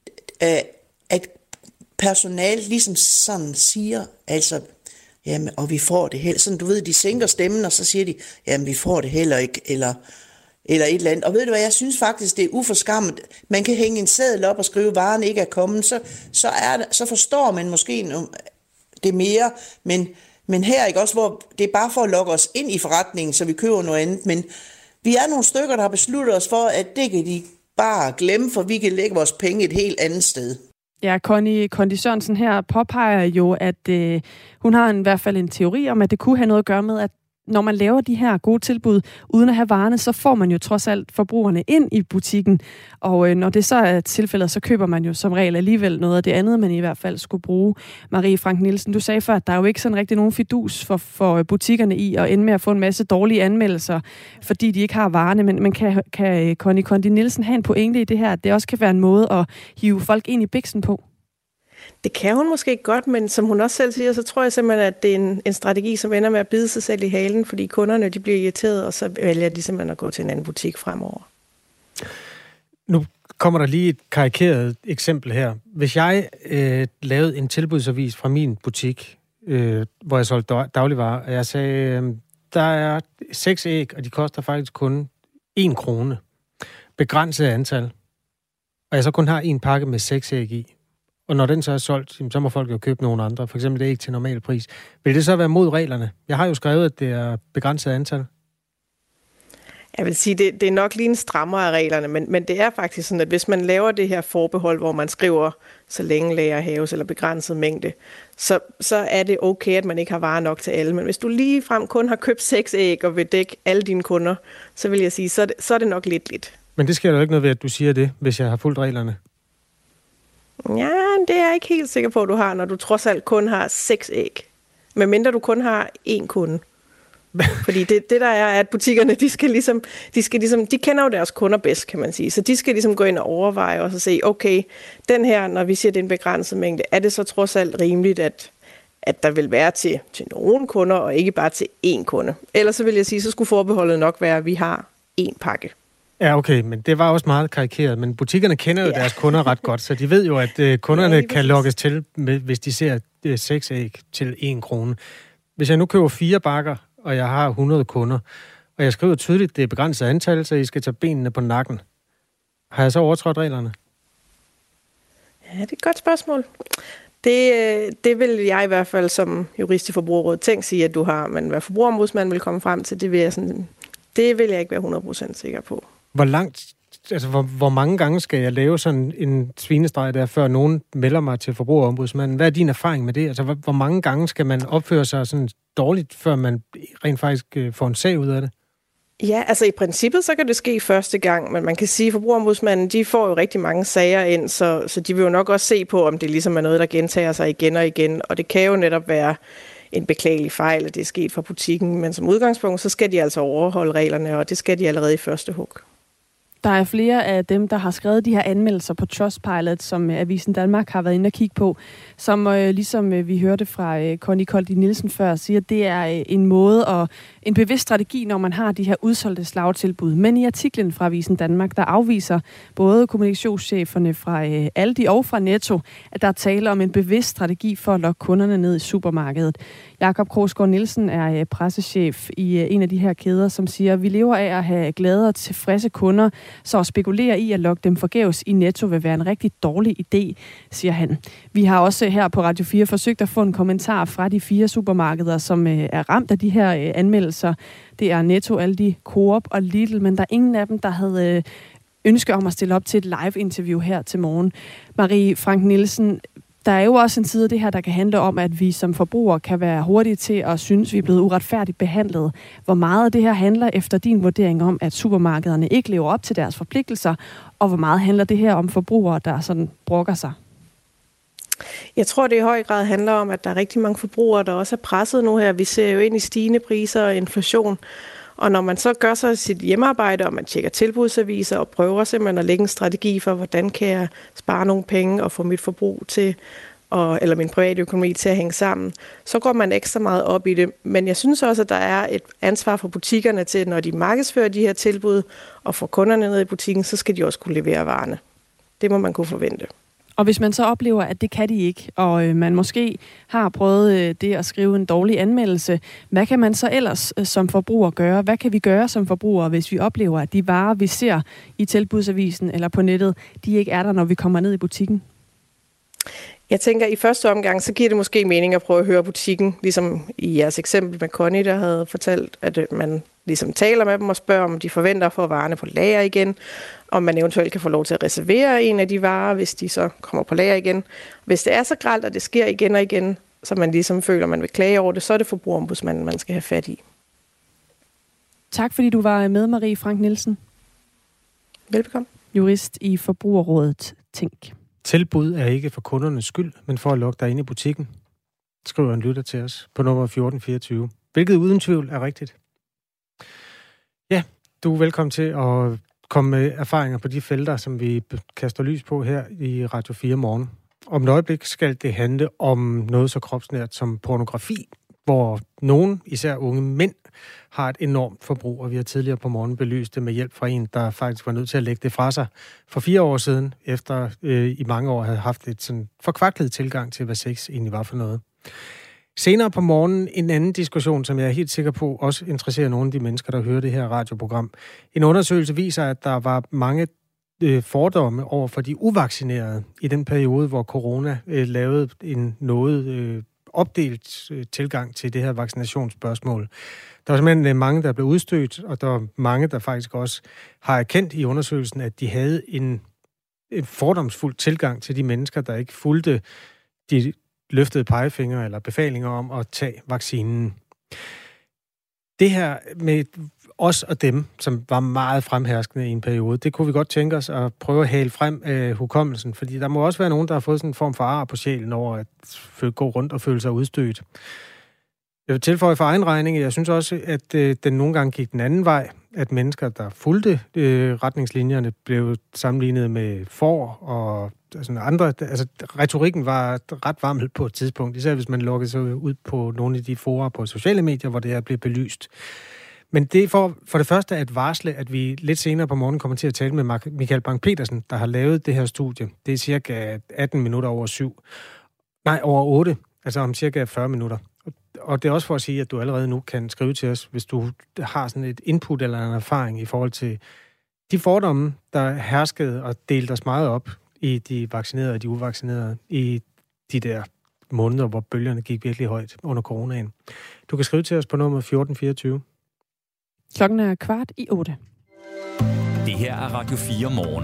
at personalet ligesom sådan siger, altså, jamen, og vi får det heller, sådan du ved, de sænker stemmen, og så siger de, jamen, vi får det heller ikke, eller, eller et eller andet. Og ved du hvad, jeg synes faktisk, det er uforskammet. Man kan hænge en seddel op og skrive, at varen ikke er kommet, så, så, er det, så forstår man måske det mere, men Men her ikke også, hvor det er bare for at lokke os ind i forretningen, så vi køber noget andet. Men vi er nogle stykker, der har besluttet os for, at det kan de bare glemme, for vi kan lægge vores penge et helt andet sted. Ja, Connie Kondi Sørensen her påpeger jo, at øh, hun har en, i hvert fald en teori om, at det kunne have noget at gøre med, at når man laver de her gode tilbud uden at have varerne, så får man jo trods alt forbrugerne ind i butikken. Og øh, når det så er tilfældet, så køber man jo som regel alligevel noget af det andet, man i hvert fald skulle bruge. Marie Frank Nielsen, du sagde før, at der er jo ikke sådan rigtig nogen fidus for, for butikkerne i at ende med at få en masse dårlige anmeldelser, fordi de ikke har varerne. Men, men kan, kan Connie Kondi Nielsen have en pointe i det her, at det også kan være en måde at hive folk ind i biksen på? Det kan hun måske godt, men som hun også selv siger, så tror jeg simpelthen, at det er en, en strategi, som ender med at bide sig selv i halen, fordi kunderne de bliver irriteret, og så vælger de simpelthen at gå til en anden butik fremover. Nu kommer der lige et karikeret eksempel her. Hvis jeg øh, lavede en tilbudsavis fra min butik, øh, hvor jeg solgte dagligvarer, og jeg sagde, øh, der er seks æg, og de koster faktisk kun en krone. Begrænset antal. Og jeg så kun har en pakke med seks æg i. Og når den så er solgt, så må folk jo købe nogle andre. For eksempel det ikke til normal pris. Vil det så være mod reglerne? Jeg har jo skrevet, at det er begrænset antal. Jeg vil sige, det, det er nok lige en strammere af reglerne, men, men det er faktisk sådan, at hvis man laver det her forbehold, hvor man skriver, så længe lager haves eller begrænset mængde, så, så er det okay, at man ikke har varer nok til alle. Men hvis du lige frem kun har købt seks æg og vil dække alle dine kunder, så vil jeg sige, så er det, så er det nok lidt lidt. Men det sker jo ikke noget ved, at du siger det, hvis jeg har fulgt reglerne. Ja, det er jeg ikke helt sikker på, at du har, når du trods alt kun har seks æg. Men mindre du kun har én kunde. Fordi det, det der er, at butikkerne, de skal ligesom, de skal ligesom, de kender jo deres kunder bedst, kan man sige. Så de skal ligesom gå ind og overveje og så se, okay, den her, når vi siger, det er en begrænset mængde, er det så trods alt rimeligt, at, at der vil være til, til nogle kunder, og ikke bare til én kunde. Ellers så vil jeg sige, så skulle forbeholdet nok være, at vi har én pakke. Ja, okay, men det var også meget karikeret, men butikkerne kender jo ja. deres kunder ret godt, så de ved jo, at øh, kunderne ja, kan lokkes til, med, hvis de ser øh, seks æg til en krone. Hvis jeg nu køber fire bakker, og jeg har hundrede kunder, og jeg skriver tydeligt, det er begrænset antal, så I skal tage benene på nakken. Har jeg så overtrådt reglerne? Ja, det er et godt spørgsmål. Det, det vil jeg i hvert fald som jurist i Forbrugerrådet tænke sige, at du har, men hvad forbrugerombudsmanden vil komme frem til, det vil jeg, sådan, det vil jeg ikke være hundrede procent sikker på. Hvor langt, altså hvor, hvor mange gange skal jeg lave sådan en svinestreg der, før nogen melder mig til Forbrugerombudsmanden? Hvad er din erfaring med det? Altså hvor, hvor mange gange skal man opføre sig sådan dårligt, før man rent faktisk øh, får en sag ud af det? Ja, altså i princippet så kan det ske første gang, men man kan sige, at Forbrugerombudsmanden, de får jo rigtig mange sager ind, så, så de vil jo nok også se på, om det ligesom er noget, der gentager sig igen og igen, og det kan jo netop være en beklagelig fejl, at det er sket fra butikken, men som udgangspunkt, så skal de altså overholde reglerne, og det skal de allerede i første hug. Der er flere af dem, der har skrevet de her anmeldelser på Trustpilot, som Avisen Danmark har været inde og kigge på, som øh, ligesom øh, vi hørte fra øh, Connie Koldi Nielsen før, siger, at det er øh, en måde og en bevidst strategi, når man har de her udsolgte slagtilbud. Men i artiklen fra Avisen Danmark, der afviser både kommunikationscheferne fra øh, Aldi og fra Netto, at der er tale om en bevidst strategi for at lokke kunderne ned i supermarkedet. Jakob Krogsgaard Nielsen er øh, pressechef i øh, en af de her kæder, som siger, at vi lever af at have glade og tilfredse kunder, så at spekulere i at lokke dem forgæves i Netto vil være en rigtig dårlig idé, siger han. Vi har også her på Radio fire forsøgt at få en kommentar fra de fire supermarkeder, som øh, er ramt af de her øh, anmeldelser. Det er Netto, Aldi, Coop og Lidl, men der er ingen af dem, der havde øh, ønske om at stille op til et live-interview her til morgen. Marie Frank Nielsen, der er jo også en side af det her, der kan handle om, at vi som forbrugere kan være hurtige til at synes, at vi er blevet uretfærdigt behandlet. Hvor meget af det her handler efter din vurdering om, at supermarkederne ikke lever op til deres forpligtelser, og hvor meget handler det her om forbrugere, der sådan brokker sig? Jeg tror, det i høj grad handler om, at der er rigtig mange forbrugere, der også er presset nu her. Vi ser jo ind i stigende priser og inflation. Og når man så gør sig sit hjemmearbejde, og man tjekker tilbudsaviser og prøver simpelthen at lægge en strategi for, hvordan kan jeg spare nogle penge og få mit forbrug til, og, eller min private økonomi til at hænge sammen, så går man ekstra meget op i det. Men jeg synes også, at der er et ansvar for butikkerne til, når de markedsfører de her tilbud og får kunderne ned i butikken, så skal de også kunne levere varerne. Det må man kunne forvente. Og hvis man så oplever, at det kan de ikke, og øh, man måske har prøvet øh, det at skrive en dårlig anmeldelse, hvad kan man så ellers øh, som forbruger gøre? Hvad kan vi gøre som forbrugere, hvis vi oplever, at de varer, vi ser i tilbudsavisen eller på nettet, de ikke er der, når vi kommer ned i butikken? Jeg tænker, at i første omgang, så giver det måske mening at prøve at høre butikken, ligesom i jeres eksempel med Connie, der havde fortalt, at man ligesom taler med dem og spørger, om de forventer at få varerne på lager igen, om man eventuelt kan få lov til at reservere en af de varer, hvis de så kommer på lager igen. Hvis det er så grelt, at det sker igen og igen, så man ligesom føler, at man vil klage over det, så er det forbrugerombudsmanden, man skal have fat i. Tak fordi du var med, Marie Frank Nielsen. Velbekomme. Jurist i Forbrugerrådet Tænk. Tilbud er ikke for kundernes skyld, men for at lokke dig ind i butikken, skriver en lytter til os på nummer fjorten fireogtyve. Hvilket uden tvivl er rigtigt. Ja, du er velkommen til at komme med erfaringer på de felter, som vi kaster lys på her i Radio fire morgen. Om et øjeblik skal det handle om noget så kropsnært som pornografi, hvor nogen, især unge mænd, har et enormt forbrug, og vi har tidligere på morgen belyst det med hjælp fra en, der faktisk var nødt til at lægge det fra sig for fire år siden, efter øh, i mange år havde haft et sådan forkvaklet tilgang til, hvad sex egentlig var for noget. Senere på morgenen en anden diskussion, som jeg er helt sikker på også interesserer nogle af de mennesker, der hører det her radioprogram. En undersøgelse viser, at der var mange øh, fordomme over for de uvaccinerede i den periode, hvor corona øh, lavede en noget øh, opdelt øh, tilgang til det her vaccinationsspørgsmål. Der var simpelthen øh, mange, der blev udstødt, og der var mange, der faktisk også har erkendt i undersøgelsen, at de havde en, en fordomsfuld tilgang til de mennesker, der ikke fulgte de løftede pegefinger eller befalinger om at tage vaccinen. Det her med os og dem, som var meget fremherskende i en periode, det kunne vi godt tænke os at prøve at hale frem af hukommelsen, fordi der må også være nogen, der har fået sådan en form for ar på sjælen over at gå rundt og føle sig udstødt. Jeg vil tilføje for egen regning, jeg synes også, at øh, den nogle gange gik den anden vej, at mennesker, der fulgte øh, retningslinjerne, blev sammenlignet med får og sådan andre. Altså, retorikken var ret varm på et tidspunkt, især hvis man lukkede sig ud på nogle af de forer på sociale medier, hvor det er blevet belyst. Men det er for, for det første at varsle, at vi lidt senere på morgen kommer til at tale med Michael Bang-Petersen, der har lavet det her studie. Det er cirka atten minutter over syv. Nej, over otte. Altså om cirka fyrre minutter. Og det er også for at sige, at du allerede nu kan skrive til os, hvis du har sådan et input eller en erfaring i forhold til de fordomme, der herskede og delte os meget op i de vaccinerede og de uvaccinerede i de der måneder, hvor bølgerne gik virkelig højt under coronaen. Du kan skrive til os på nummer fjorten fireogtyve. Klokken er kvart i otte. Det her er Radio fire morgen.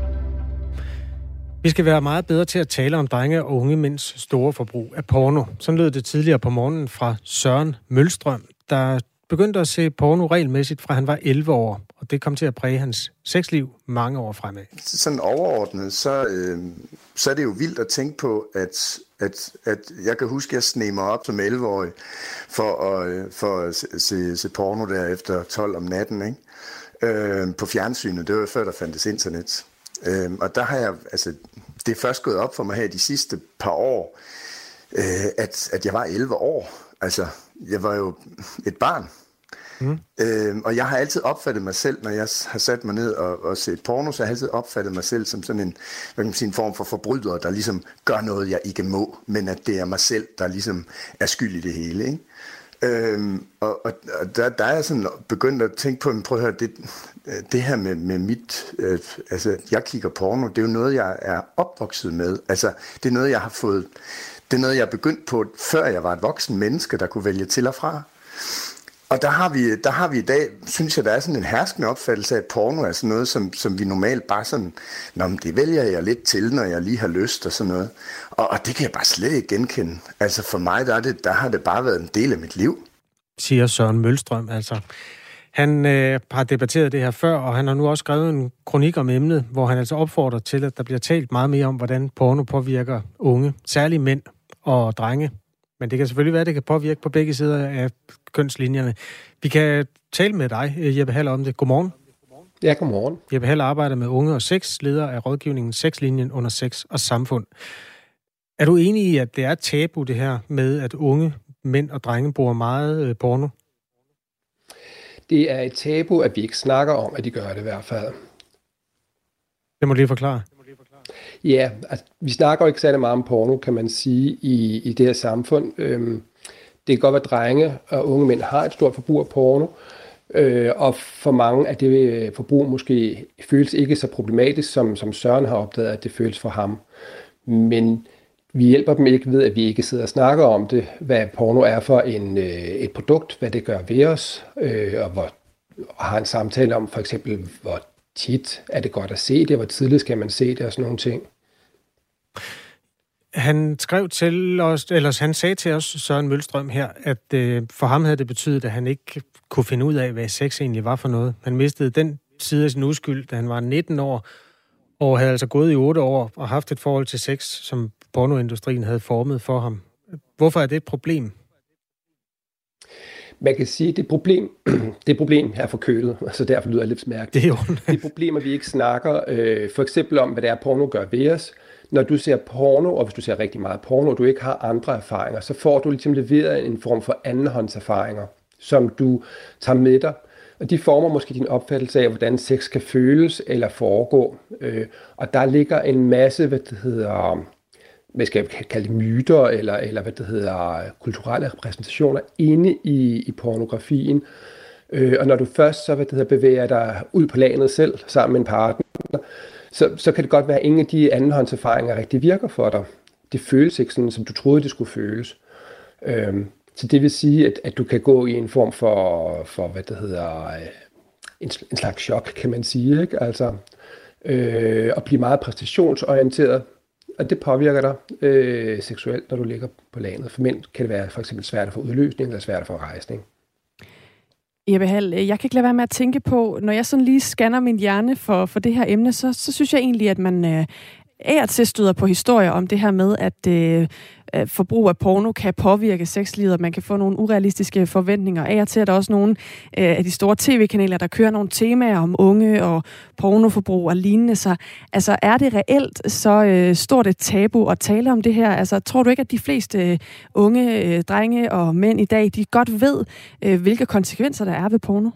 Vi skal være meget bedre til at tale om drenge og unge mænds store forbrug af porno. Sådan lød det tidligere på morgenen fra Søren Mølstrøm, der begyndte at se porno regelmæssigt fra han var elleve år. Og det kom til at præge hans sexliv mange år fremad. Sådan overordnet, så, øh, så er det jo vildt at tænke på, at, at, at jeg kan huske, at jeg sneg mig op som elleve-årig for at, for at se, se, se porno der efter tolv om natten, ikke? Øh, på fjernsynet. Det var før, der fandtes internet. Øh, og der har jeg, altså, det er først gået op for mig her de sidste par år, øh, at, at jeg var elleve år. Altså, jeg var jo et barn. Mm. Øh, og jeg har altid opfattet mig selv, når jeg har sat mig ned og, og set porno, så har jeg altid opfattet mig selv som sådan en, hvad kan man sige, en form for forbryder, der ligesom gør noget, jeg ikke må, men at det er mig selv, der ligesom er skyld i det hele, ikke? Øhm, og, og, og der, der er jeg sådan begyndt at tænke på, prøv at høre, det, det her med, med mit, øh, altså jeg kigger porno, det er jo noget, jeg er opvokset med, altså det er noget, jeg har fået, det er noget, jeg er begyndt på, før jeg var et voksen menneske, der kunne vælge til og fra. Og der har vi, der har vi i dag, synes jeg, der er sådan en herskende opfattelse af, at porno er sådan noget, som, som vi normalt bare sådan, nå, men det vælger jeg lidt til, når jeg lige har lyst og sådan noget. Og, og det kan jeg bare slet ikke genkende. Altså for mig, der, er det, der har det bare været en del af mit liv. Siger Søren Mølstrøm, altså. Han øh, har debatteret det her før, og han har nu også skrevet en kronik om emnet, hvor han altså opfordrer til, at der bliver talt meget mere om, hvordan porno påvirker unge, særligt mænd og drenge. Men det kan selvfølgelig være, at det kan påvirke på begge sider af kønslinjerne. Vi kan tale med dig, Jeppe Haller, om det. Godmorgen. Ja, godmorgen. Jeppe Haller arbejder med unge og sex, leder af rådgivningen Sexlinjen under Sex og Samfund. Er du enig i, at det er tabu, det her med, at unge mænd og drenge bruger meget porno? Det er et tabu, at vi ikke snakker om, at de gør det i hvert fald. Det må du lige forklare. Ja, altså, vi snakker jo ikke særlig meget om porno, kan man sige, i, i det her samfund. Øhm, det kan godt være, at drenge og unge mænd har et stort forbrug af porno, øh, og for mange af det forbrug måske føles ikke så problematisk, som, som Søren har opdaget, at det føles for ham. Men vi hjælper dem ikke ved, at vi ikke sidder og snakker om det, hvad porno er for en, øh, et produkt, hvad det gør ved os, øh, og, hvor, og har en samtale om for eksempel, hvor tit er det godt at se det, hvor tidligt skal man se det og sådan nogle ting. Han skrev til os, eller han sagde til os, Søren Mølstrøm her, at øh, for ham havde det betydet, at han ikke kunne finde ud af, hvad sex egentlig var for noget. Han mistede den side af sin uskyld, da han var nitten år, og havde altså gået i otte år og haft et forhold til sex, som pornoindustrien havde formet for ham. Hvorfor er det et problem? Man kan sige, at det problem, det problem er forkølet, så derfor lyder det lidt mærkeligt. Det er jo det problem, at vi ikke snakker øh, for eksempel om, hvad det er, porno gør ved os. Når du ser porno, og hvis du ser rigtig meget porno, og du ikke har andre erfaringer, så får du ligesom leveret en form for andenhåndserfaringer, som du tager med dig. Og de former måske din opfattelse af, hvordan sex kan føles eller foregå. Øh, og der ligger en masse, hvad det hedder, hvad skal jeg kalde det, myter, eller, eller hvad det hedder, kulturelle repræsentationer inde i, i pornografien. Øh, og når du først så, hvad det hedder, bevæger dig ud på landet selv, sammen med en partner, så, så kan det godt være, at ingen af de andenhåndserfaringer rigtig virker for dig. Det føles ikke sådan, som du troede, det skulle føles. Øh, så det vil sige, at, at du kan gå i en form for, for hvad det hedder, en, en slags chok, kan man sige, ikke? Altså, øh, og blive meget præstationsorienteret. Og det påvirker dig øh, seksuelt, når du ligger på landet. For mænd kan det være for eksempel svært at få udløsning, eller svært at få rejsning. Jeppe Hall, jeg kan ikke lade være med at tænke på, når jeg sådan lige scanner min hjerne for, for det her emne, så, så synes jeg egentlig, at man øh, af og til støder på historier om det her med, at øh, forbrug af porno kan påvirke sexlivet, og man kan få nogle urealistiske forventninger. Af og til er der også nogle øh, af de store tv-kanaler, der kører nogle temaer om unge og pornoforbrug og lignende. Så altså, er det reelt så øh, stort et tabu at tale om det her? Altså, tror du ikke, at de fleste øh, unge øh, drenge og mænd i dag, de godt ved, øh, hvilke konsekvenser der er ved porno?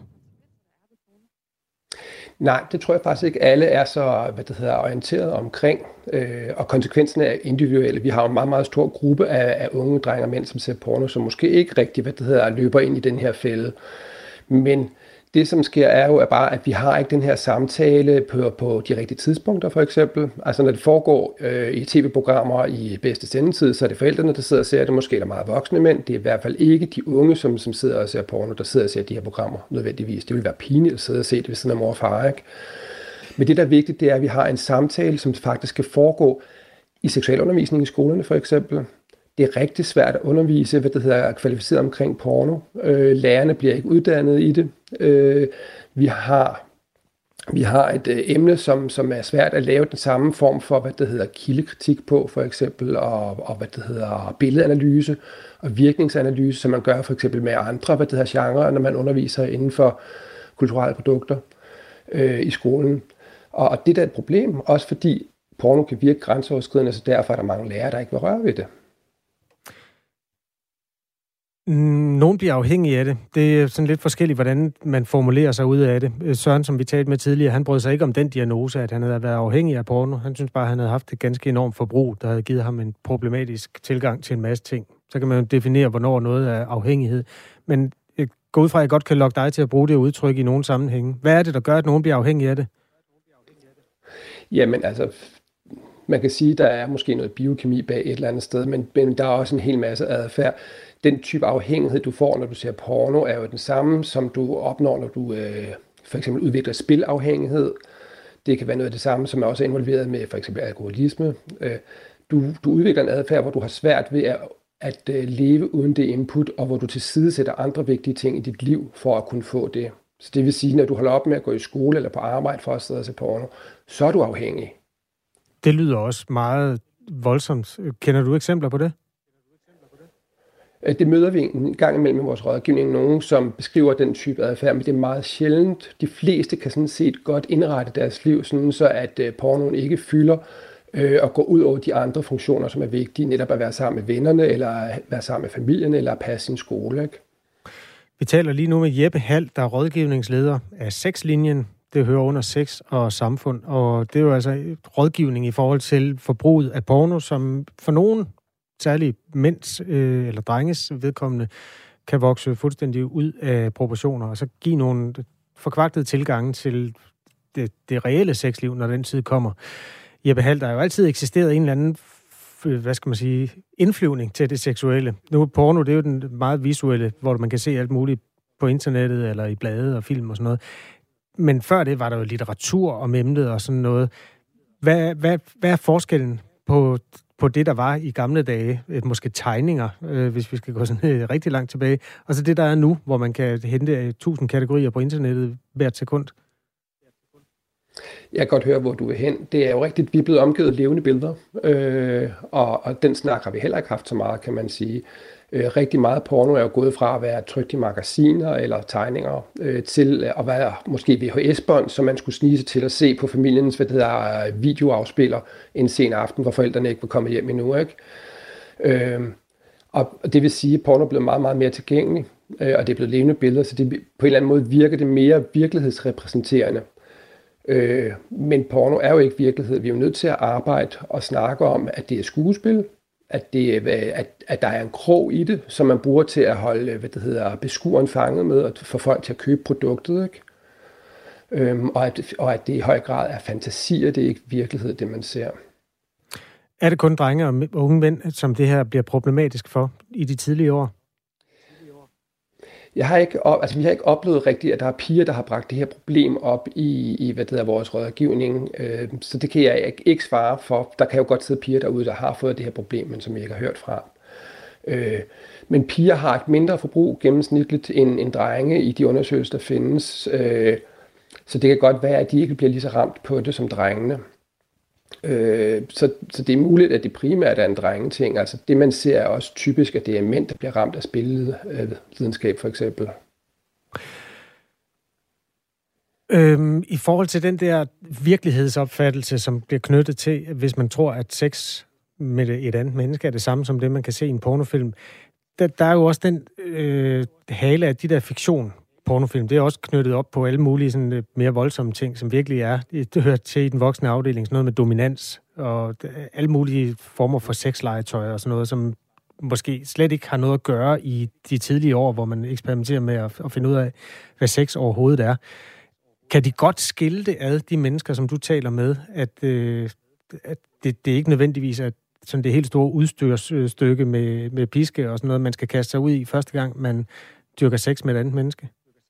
Nej, det tror jeg faktisk ikke. Alle er så hvad det hedder, orienteret omkring, øh, og konsekvenserne er individuelle. Vi har jo en meget, meget stor gruppe af, af unge drenge og mænd, som ser porno, som måske ikke rigtig hvad det hedder, løber ind i den her fælde. Men det, som sker, er jo bare, at vi har ikke den her samtale på, på de rigtige tidspunkter, for eksempel. Altså, når det foregår øh, i tv-programmer i bedste sendetid, så er det forældrene, der sidder og ser det, måske eller meget voksne mænd. Det er i hvert fald ikke de unge, som, som sidder og ser porno, der sidder og ser de her programmer nødvendigvis. Det vil være pinligt at sidde og se det ved siden af mor og far, ikke? Men det, der er vigtigt, det er, at vi har en samtale, som faktisk skal foregå i seksualundervisning i skolerne, for eksempel. Det er rigtig svært at undervise, hvad det hedder, kvalificeret omkring porno. Øh, lærerne bliver ikke uddannet i det. Øh, vi har vi har et øh, emne, som, som er svært at lave den samme form for, hvad det hedder, kildekritik på, for eksempel, og, og hvad det hedder, billedanalyse og virkningsanalyse, som man gør for eksempel med andre, hvad det hedder, genrer, når man underviser inden for kulturelle produkter øh, i skolen. Og, og det der er et problem, også fordi porno kan virke grænseoverskridende, så derfor er der mange lærere, der ikke vil røre ved det. Nogen bliver afhængige af det. Det er sådan lidt forskelligt, hvordan man formulerer sig ud af det. Søren, som vi talte med tidligere, han brød sig ikke om den diagnose, at han havde været afhængig af porno. Han synes bare, at han havde haft et ganske enormt forbrug, der havde givet ham en problematisk tilgang til en masse ting. Så kan man jo definere, hvornår noget er afhængighed. Men gå ud fra, at jeg godt kan lokke dig til at bruge det udtryk i nogen sammenhænge. Hvad er det, der gør, at nogen bliver afhængig af det? Jamen altså, man kan sige, at der er måske noget biokemi bag et eller andet sted, men, men der er også en hel masse adfærd. Den type afhængighed, du får, når du ser porno, er jo den samme, som du opnår, når du øh, for eksempel udvikler spilafhængighed. Det kan være noget af det samme, som er også involveret med for eksempel alkoholisme. Øh, du, du udvikler en adfærd, hvor du har svært ved at, at øh, leve uden det input, og hvor du tilsidesætter andre vigtige ting i dit liv for at kunne få det. Så det vil sige, når du holder op med at gå i skole eller på arbejde for at sidde og se porno, så er du afhængig. Det lyder også meget voldsomt. Kender du eksempler på det? Det møder vi en gang imellem i vores rådgivning, nogen som beskriver den type adfærd, men det er meget sjældent. De fleste kan sådan set godt indrette deres liv, sådan så at pornoen ikke fylder øh, og går ud over de andre funktioner, som er vigtige, netop at være sammen med vennerne, eller være sammen med familien, eller at passe sin skole, ikke? Vi taler lige nu med Jeppe Hald, der er rådgivningsleder af Sexlinjen. Det hører under sex og samfund, og det er jo altså rådgivning i forhold til forbruget af porno, som for nogen, særligt mænds øh, eller drenges vedkommende, kan vokse fuldstændig ud af proportioner, og så give nogle forkvagtede tilgange til det, det reelle sexliv, når den tid kommer. Jeppe Hald, der har jo altid eksisteret en eller anden, hvad skal man sige, indflyvning til det seksuelle. Nu porno, det er jo den meget visuelle, hvor man kan se alt muligt på internettet eller i blade og film og sådan noget. Men før det var der jo litteratur om emnet og sådan noget. Hvad, hvad, hvad er forskellen på, på det, der var i gamle dage? Måske tegninger, øh, hvis vi skal gå sådan øh, rigtig langt tilbage. Og så det, der er nu, hvor man kan hente tusind kategorier på internettet hvert sekund. Jeg kan godt høre, hvor du er hen. Det er jo rigtigt, vi er blevet omgivet af levende billeder, øh, og, og den snak har vi heller ikke haft så meget, kan man sige. Øh, rigtig meget porno er jo gået fra at være trykt i magasiner eller tegninger, øh, til at være måske V H S-bånd, som man skulle snige sig til at se på familiens hvad det hedder, videoafspiller en sen aften, hvor forældrene ikke var kommet hjem endnu, ikke? Øh, og det vil sige, at porno er blevet meget, meget mere tilgængelig, øh, og det er blevet levende billeder, så det, på en eller anden måde virker det mere virkelighedsrepræsenterende. Øh, men porno er jo ikke virkelighed. Vi er jo nødt til at arbejde og snakke om, at det er skuespil, at, det, at, at der er en krog i det, som man bruger til at holde hvad det hedder, beskueren fanget med, og få folk til at købe produktet, ikke? Øhm, og, at, og at det i høj grad er fantasier, det er ikke virkelighed, det man ser. Er det kun drenge og unge mænd, som det her bliver problematisk for i de tidlige år? Jeg har ikke, altså, vi har ikke oplevet rigtigt, at der er piger, der har bragt det her problem op i, i hvad det hedder, vores rådgivning. Øh, så det kan jeg ikke, ikke svare for. Der kan jo godt sidde piger derude, der har fået det her problem, men som jeg ikke har hørt fra. Øh, men piger har et mindre forbrug gennemsnitligt end, end drenge i de undersøgelser, der findes. Øh, så det kan godt være, at de ikke bliver lige så ramt på det som drengene. Øh, så, så det er muligt, at det primært er en drengeting. Altså det, man ser, er også typisk, at det er mænd, der bliver ramt af spillidenskab, for eksempel. Øhm, I forhold til den der virkelighedsopfattelse, som bliver knyttet til, hvis man tror, at sex med et andet menneske er det samme som det, man kan se i en pornofilm, der, der er jo også den øh, hale af de der fiktion pornofilm. Det er også knyttet op på alle mulige sådan, mere voldsomme ting, som virkelig er. Det hører til i den voksne afdeling, sådan noget med dominans og alle mulige former for sexlegetøj og sådan noget, som måske slet ikke har noget at gøre i de tidlige år, hvor man eksperimenterer med at, at finde ud af, hvad sex overhovedet er. Kan de godt skille det ad, de mennesker, som du taler med, at, øh, at det, det ikke nødvendigvis er sådan det helt store udstyrsstykke med, med piske og sådan noget, man skal kaste sig ud i første gang, man dyrker sex med et andet menneske?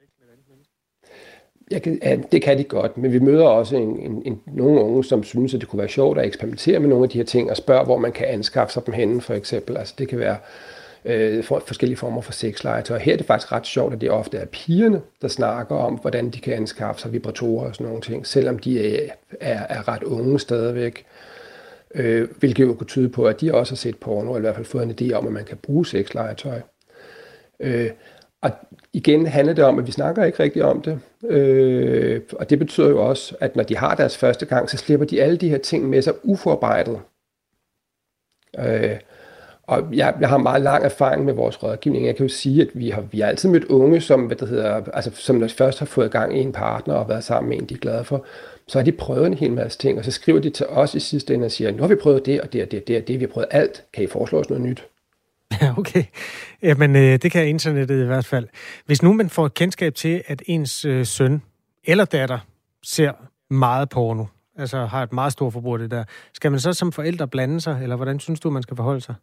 Jeg kan, ja, det kan de godt, men vi møder også en, en, en, nogle unge, som synes, at det kunne være sjovt at eksperimentere med nogle af de her ting, og spørge, hvor man kan anskaffe sig dem henne, for eksempel. Altså det kan være øh, for, forskellige former for sexlegetøj. Her er det faktisk ret sjovt, at det ofte er pigerne, der snakker om, hvordan de kan anskaffe sig vibratorer og sådan nogle ting, selvom de er, er, er ret unge stadigvæk. Øh, hvilket jo kunne tyde på, at de også har set porno, eller i hvert fald fået en idé om, at man kan bruge sexlegetøj. Øh, og igen handler det om, at vi snakker ikke rigtig om det. Øh, og det betyder jo også, at når de har deres første gang, så slipper de alle de her ting med sig uforarbejdet. Øh, og jeg, jeg har meget lang erfaring med vores rådgivning. Jeg kan jo sige, at vi har, vi har altid mødt unge, som, hvad det hedder, altså, som når de først har fået gang i en partner og været sammen med en, de er glade for. Så har de prøvet en hel masse ting, og så skriver de til os i sidste ende og siger, nu har vi prøvet det, og det, og det, og det, og det, vi har prøvet alt. Kan I foreslå os noget nyt? Ja, okay. Jamen, øh, det kan internettet i hvert fald. Hvis nu man får et kendskab til, at ens øh, søn eller datter ser meget porno, altså har et meget stort forbrug af det der, skal man så som forældre blande sig, eller hvordan synes du, man skal forholde sig?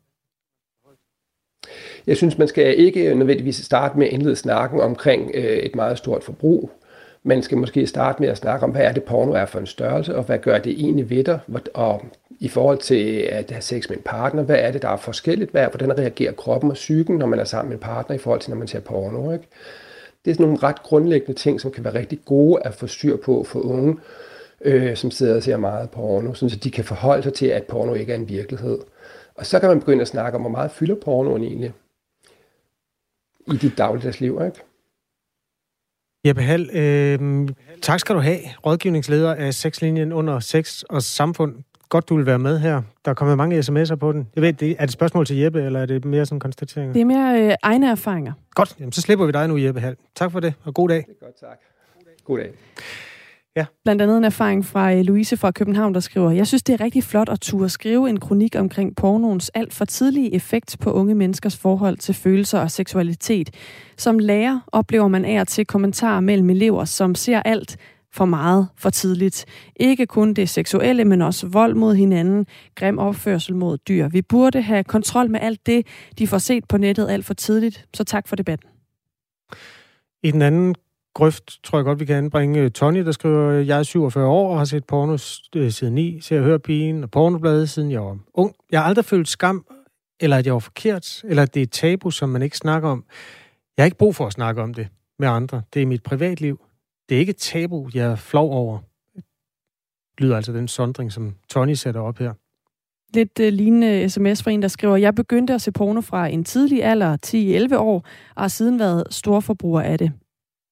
Jeg synes, man skal ikke nødvendigvis starte med at indlede snakken omkring øh, et meget stort forbrug. Man skal måske starte med at snakke om, hvad er det porno er for en størrelse, og hvad gør det egentlig ved dig, og i forhold til at have sex med en partner, hvad er det, der er forskelligt, hvad er, hvordan reagerer kroppen og psyken, når man er sammen med en partner, i forhold til, når man ser porno, ikke? Det er sådan nogle ret grundlæggende ting, som kan være rigtig gode at få styr på for unge, øh, som sidder og ser meget porno, så de kan forholde sig til, at porno ikke er en virkelighed. Og så kan man begynde at snakke om, hvor meget fylder pornoen egentlig i dit dagligdags liv, ikke? Jeppe Hald, øh, tak skal du have, rådgivningsleder af Sexlinjen under Sex og Samfund. Godt, du vil være med her. Der er kommet mange sms'er på den. Jeg ved, det, er det et spørgsmål til Jeppe, eller er det mere sådan konstateringer? Det er mere øh, egne erfaringer. Godt, jamen, så slipper vi dig nu, Jeppe Hald. Tak for det, og god dag. Det er godt, tak. God dag. Ja. Blandt andet en erfaring fra Louise fra København, der skriver, jeg synes, det er rigtig flot at turde skrive en kronik omkring pornoens alt for tidlige effekt på unge menneskers forhold til følelser og seksualitet. Som lærer oplever man af og til kommentarer mellem elever, som ser alt for meget for tidligt. Ikke kun det seksuelle, men også vold mod hinanden, grim opførsel mod dyr. Vi burde have kontrol med alt det, de får set på nettet alt for tidligt. Så tak for debatten. I den anden grøft tror jeg godt, vi kan anbringe Tony, der skriver, jeg er syvogfyrre år og har set porno siden ni, ser og hører pigen og pornobladet siden jeg var ung. Jeg har aldrig følt skam, eller at jeg var forkert, eller at det er et tabu, som man ikke snakker om. Jeg har ikke brug for at snakke om det med andre. Det er mit privatliv. Det er ikke et tabu, jeg er flov over. Det lyder altså den sondring, som Tony sætter op her. Lidt uh, lignende sms fra en, der skriver, jeg begyndte at se porno fra en tidlig alder, ti til elleve år, og har siden været storforbruger af det.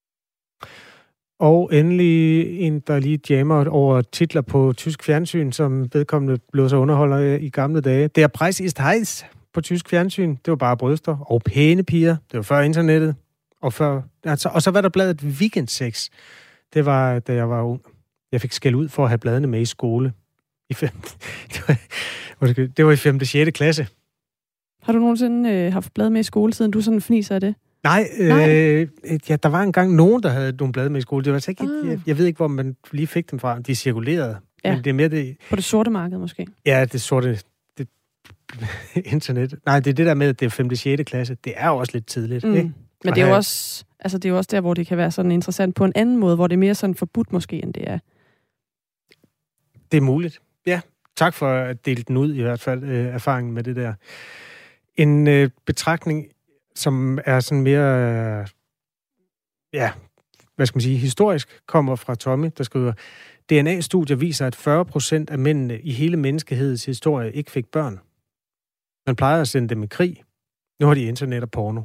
Og endelig en, der lige jammer over titler på tysk fjernsyn, som vedkommende blev så underholder i gamle dage. Der Preis ist heiß på tysk fjernsyn. Det var bare bryster og pæne piger. Det var før internettet. Og, før, altså, og så var der bladet Weekendsex. Det var, da jeg var ung. Jeg fik skæld ud for at have bladene med i skole. I femte, det, var, det var i femte og sjette klasse. Har du nogensinde øh, haft blade med i skole, siden du sådan fniser af det? Nej, Nej. Øh, ja, der var engang nogen, der havde nogle blade med i skole. Det var altså ikke, ah. jeg, jeg ved ikke, hvor man lige fik dem fra. De cirkulerede. Ja. Men det er mere det... På det sorte marked måske? Ja, det sorte... Det, internet. Nej, det er det der med, at det er femte og sjette klasse. Det er jo også lidt tidligt, mm. ikke? Men det er, jo også, altså det er jo også der, hvor det kan være sådan interessant på en anden måde, hvor det er mere sådan forbudt måske, end det er. Det er muligt. Ja, tak for at dele den ud i hvert fald, øh, erfaringen med det der. En øh, betragtning, som er sådan mere, øh, ja, hvad skal man sige, historisk, kommer fra Tommy, der skriver, D N A-studier viser, at fyrre procent af mændene i hele menneskehedets historie ikke fik børn. Man plejede at sende dem i krig. Nu har de internet og porno.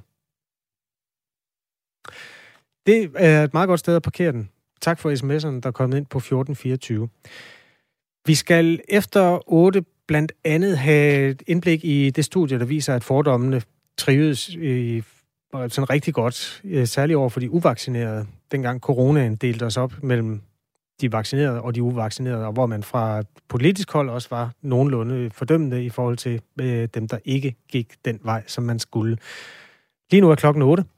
Det er et meget godt sted at parkere den. Tak for sms'erne, der er kommet ind på fjorten fireogtyve. Vi skal efter otte blandt andet have et indblik i det studie, der viser, at fordommene trives i, sådan rigtig godt, særligt over for de uvaccinerede. Dengang coronaen delte os op mellem de vaccinerede og de uvaccinerede, og hvor man fra politisk hold også var nogenlunde fordømmende i forhold til øh, dem, der ikke gik den vej, som man skulle. Lige nu er klokken otte.